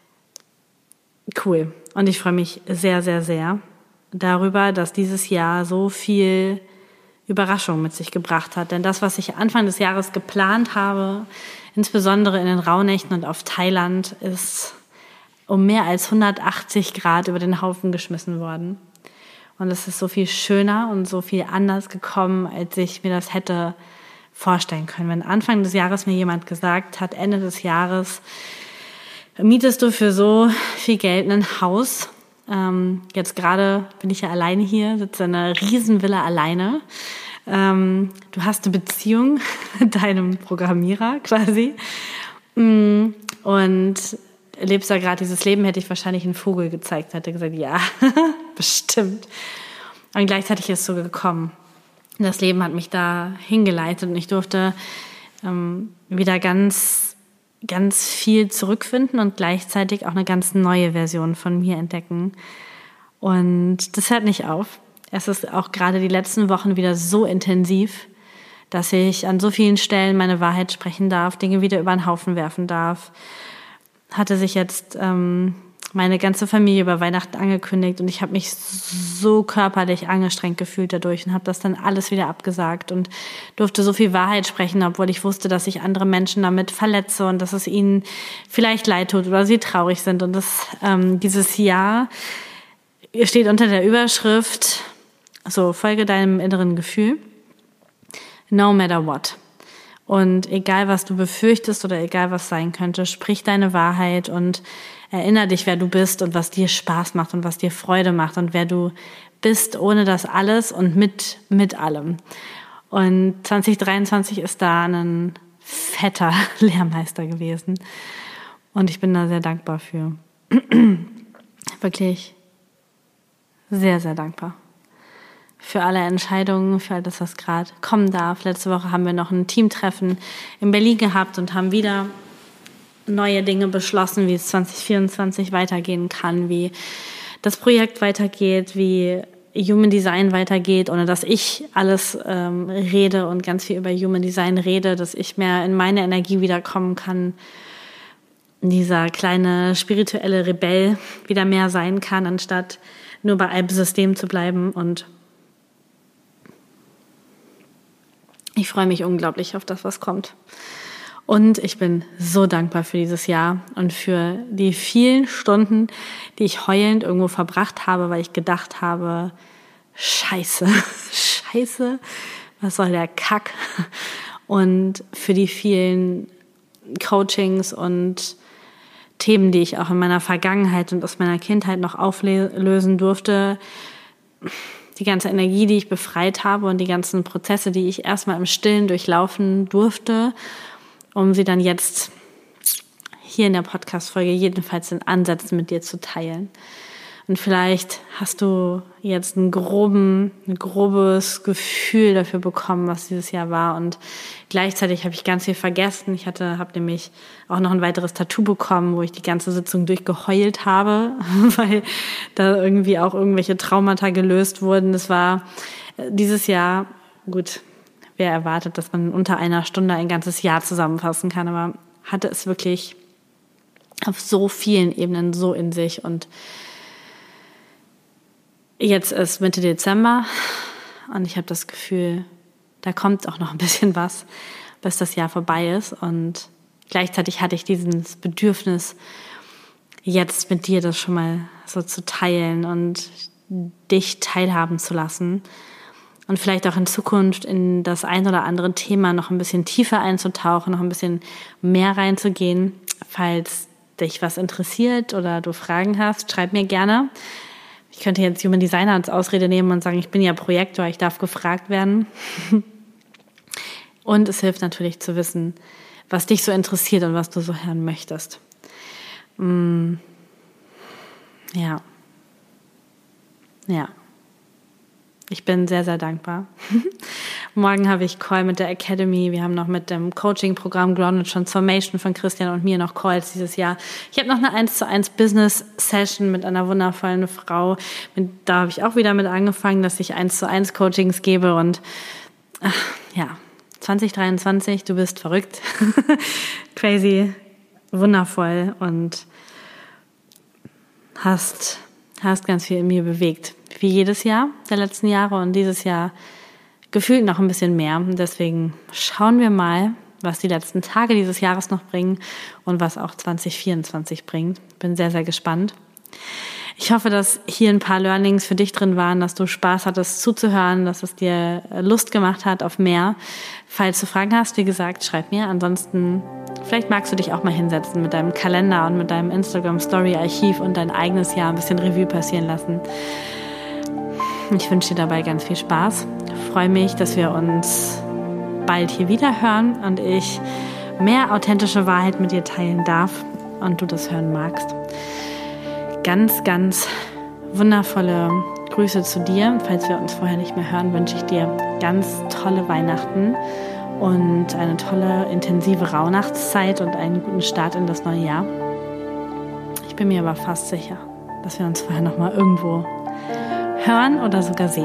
cool. Und ich freue mich sehr, sehr, sehr darüber, dass dieses Jahr so viel Überraschung mit sich gebracht hat. Denn das, was ich Anfang des Jahres geplant habe, insbesondere in den Rauhnächten und auf Thailand, ist um mehr als hundertachtzig Grad über den Haufen geschmissen worden. Und es ist so viel schöner und so viel anders gekommen, als ich mir das hätte vorstellen können. Wenn Anfang des Jahres mir jemand gesagt hat, Ende des Jahres mietest du für so viel Geld ein Haus Ähm, jetzt gerade bin ich ja alleine hier, sitze in einer Riesenvilla alleine. Ähm, du hast eine Beziehung mit deinem Programmierer quasi. Und lebst da gerade dieses Leben, hätte ich wahrscheinlich einen Vogel gezeigt, hätte gesagt, ja, bestimmt. Und gleichzeitig ist es so gekommen. Das Leben hat mich da hingeleitet und ich durfte ähm, wieder ganz, ganz viel zurückfinden und gleichzeitig auch eine ganz neue Version von mir entdecken. Und das hört nicht auf. Es ist auch gerade die letzten Wochen wieder so intensiv, dass ich an so vielen Stellen meine Wahrheit sprechen darf, Dinge wieder über den Haufen werfen darf. Hatte sich jetzt ähm, meine ganze Familie über Weihnachten angekündigt und ich habe mich so körperlich angestrengt gefühlt dadurch und habe das dann alles wieder abgesagt und durfte so viel Wahrheit sprechen, obwohl ich wusste, dass ich andere Menschen damit verletze und dass es ihnen vielleicht leid tut oder sie traurig sind. Und das ähm, dieses Jahr steht unter der Überschrift, so, folge deinem inneren Gefühl. No matter what. Und egal, was du befürchtest oder egal, was sein könnte, sprich deine Wahrheit und erinnere dich, wer du bist und was dir Spaß macht und was dir Freude macht und wer du bist ohne das alles und mit, mit allem. Und zwanzig dreiundzwanzig ist da ein fetter Lehrmeister gewesen. Und ich bin da sehr dankbar für. Wirklich sehr, sehr dankbar. Für alle Entscheidungen, für all das, was gerade kommen darf. Letzte Woche haben wir noch ein Teamtreffen in Berlin gehabt und haben wieder neue Dinge beschlossen, wie es zwanzig vierundzwanzig weitergehen kann, wie das Projekt weitergeht, wie Human Design weitergeht, ohne dass ich alles ähm, rede und ganz viel über Human Design rede, dass ich mehr in meine Energie wiederkommen kann, dieser kleine spirituelle Rebell wieder mehr sein kann, anstatt nur bei einem System zu bleiben. Und ich freue mich unglaublich auf das, was kommt. Und ich bin so dankbar für dieses Jahr und für die vielen Stunden, die ich heulend irgendwo verbracht habe, weil ich gedacht habe, Scheiße, Scheiße, was soll der Kack? Und für die vielen Coachings und Themen, die ich auch in meiner Vergangenheit und aus meiner Kindheit noch auflösen durfte, die ganze Energie, die ich befreit habe und die ganzen Prozesse, die ich erstmal im Stillen durchlaufen durfte, um sie dann jetzt hier in der Podcast-Folge jedenfalls in Ansätzen mit dir zu teilen. Und vielleicht hast du jetzt einen groben, ein grobes Gefühl dafür bekommen, was dieses Jahr war. Und gleichzeitig habe ich ganz viel vergessen. Ich hatte, habe nämlich auch noch ein weiteres Tattoo bekommen, wo ich die ganze Sitzung durchgeheult habe, weil da irgendwie auch irgendwelche Traumata gelöst wurden. Das war dieses Jahr, gut, wer erwartet, dass man unter einer Stunde ein ganzes Jahr zusammenfassen kann, aber hatte es wirklich auf so vielen Ebenen so in sich. Und jetzt ist Mitte Dezember und ich habe das Gefühl, da kommt auch noch ein bisschen was, bis das Jahr vorbei ist. Und gleichzeitig hatte ich dieses Bedürfnis, jetzt mit dir das schon mal so zu teilen und dich teilhaben zu lassen. Und vielleicht auch in Zukunft in das ein oder andere Thema noch ein bisschen tiefer einzutauchen, noch ein bisschen mehr reinzugehen. Falls dich was interessiert oder du Fragen hast, schreib mir gerne. Ich könnte jetzt Human Designer als Ausrede nehmen und sagen, ich bin ja Projektor, ich darf gefragt werden. Und es hilft natürlich zu wissen, was dich so interessiert und was du so hören möchtest. Mm. Ja. Ja. Ich bin sehr, sehr dankbar. Morgen habe ich Call mit der Academy. Wir haben noch mit dem Coaching-Programm Grounded Transformation von Christian und mir noch Calls dieses Jahr. Ich habe noch eine eins zu eins Business-Session mit einer wundervollen Frau. Da habe ich auch wieder mit angefangen, dass ich eins zu eins Coachings gebe. Und ach, ja, zwanzig dreiundzwanzig, du bist verrückt. Crazy, wundervoll und hast, hast ganz viel in mir bewegt. Wie jedes Jahr der letzten Jahre und dieses Jahr gefühlt noch ein bisschen mehr. Deswegen schauen wir mal, was die letzten Tage dieses Jahres noch bringen und was auch zwanzig vierundzwanzig bringt. Bin sehr, sehr gespannt. Ich hoffe, dass hier ein paar Learnings für dich drin waren, dass du Spaß hattest zuzuhören, dass es dir Lust gemacht hat auf mehr. Falls du Fragen hast, wie gesagt, schreib mir. Ansonsten Vielleicht magst du dich auch mal hinsetzen mit deinem Kalender und mit deinem Instagram-Story-Archiv und dein eigenes Jahr ein bisschen Revue passieren lassen. Ich wünsche dir dabei ganz viel Spaß. Ich freue mich, dass wir uns bald hier wieder hören und ich mehr authentische Wahrheit mit dir teilen darf und du das hören magst. Ganz, ganz wundervolle Grüße zu dir. Falls wir uns vorher nicht mehr hören, wünsche ich dir ganz tolle Weihnachten und eine tolle, intensive Rauhnachtszeit und einen guten Start in das neue Jahr. Ich bin mir aber fast sicher, dass wir uns vorher noch mal irgendwo hören oder sogar sehen.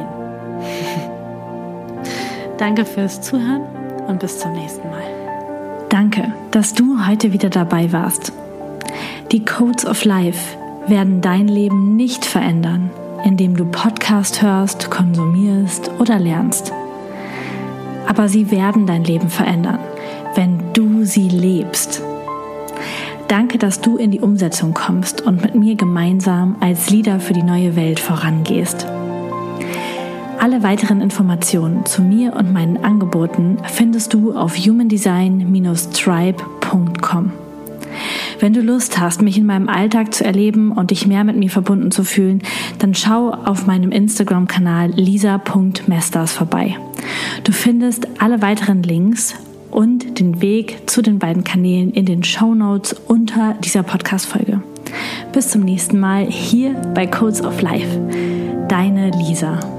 Danke fürs Zuhören und bis zum nächsten Mal. Danke, dass du heute wieder dabei warst. Die Codes of Life werden dein Leben nicht verändern, indem du Podcast hörst, konsumierst oder lernst. Aber sie werden dein Leben verändern, wenn du sie lebst. Danke, dass du in die Umsetzung kommst und mit mir gemeinsam als Leader für die neue Welt vorangehst. Alle weiteren Informationen zu mir und meinen Angeboten findest du auf human design Bindestrich tribe Punkt com. Wenn du Lust hast, mich in meinem Alltag zu erleben und dich mehr mit mir verbunden zu fühlen, dann schau auf meinem Instagram-Kanal lisa Punkt mesters vorbei. Du findest alle weiteren Links und den Weg zu den beiden Kanälen in den Shownotes unter dieser Podcast-Folge. Bis zum nächsten Mal hier bei Codes of Life. Deine Lisa.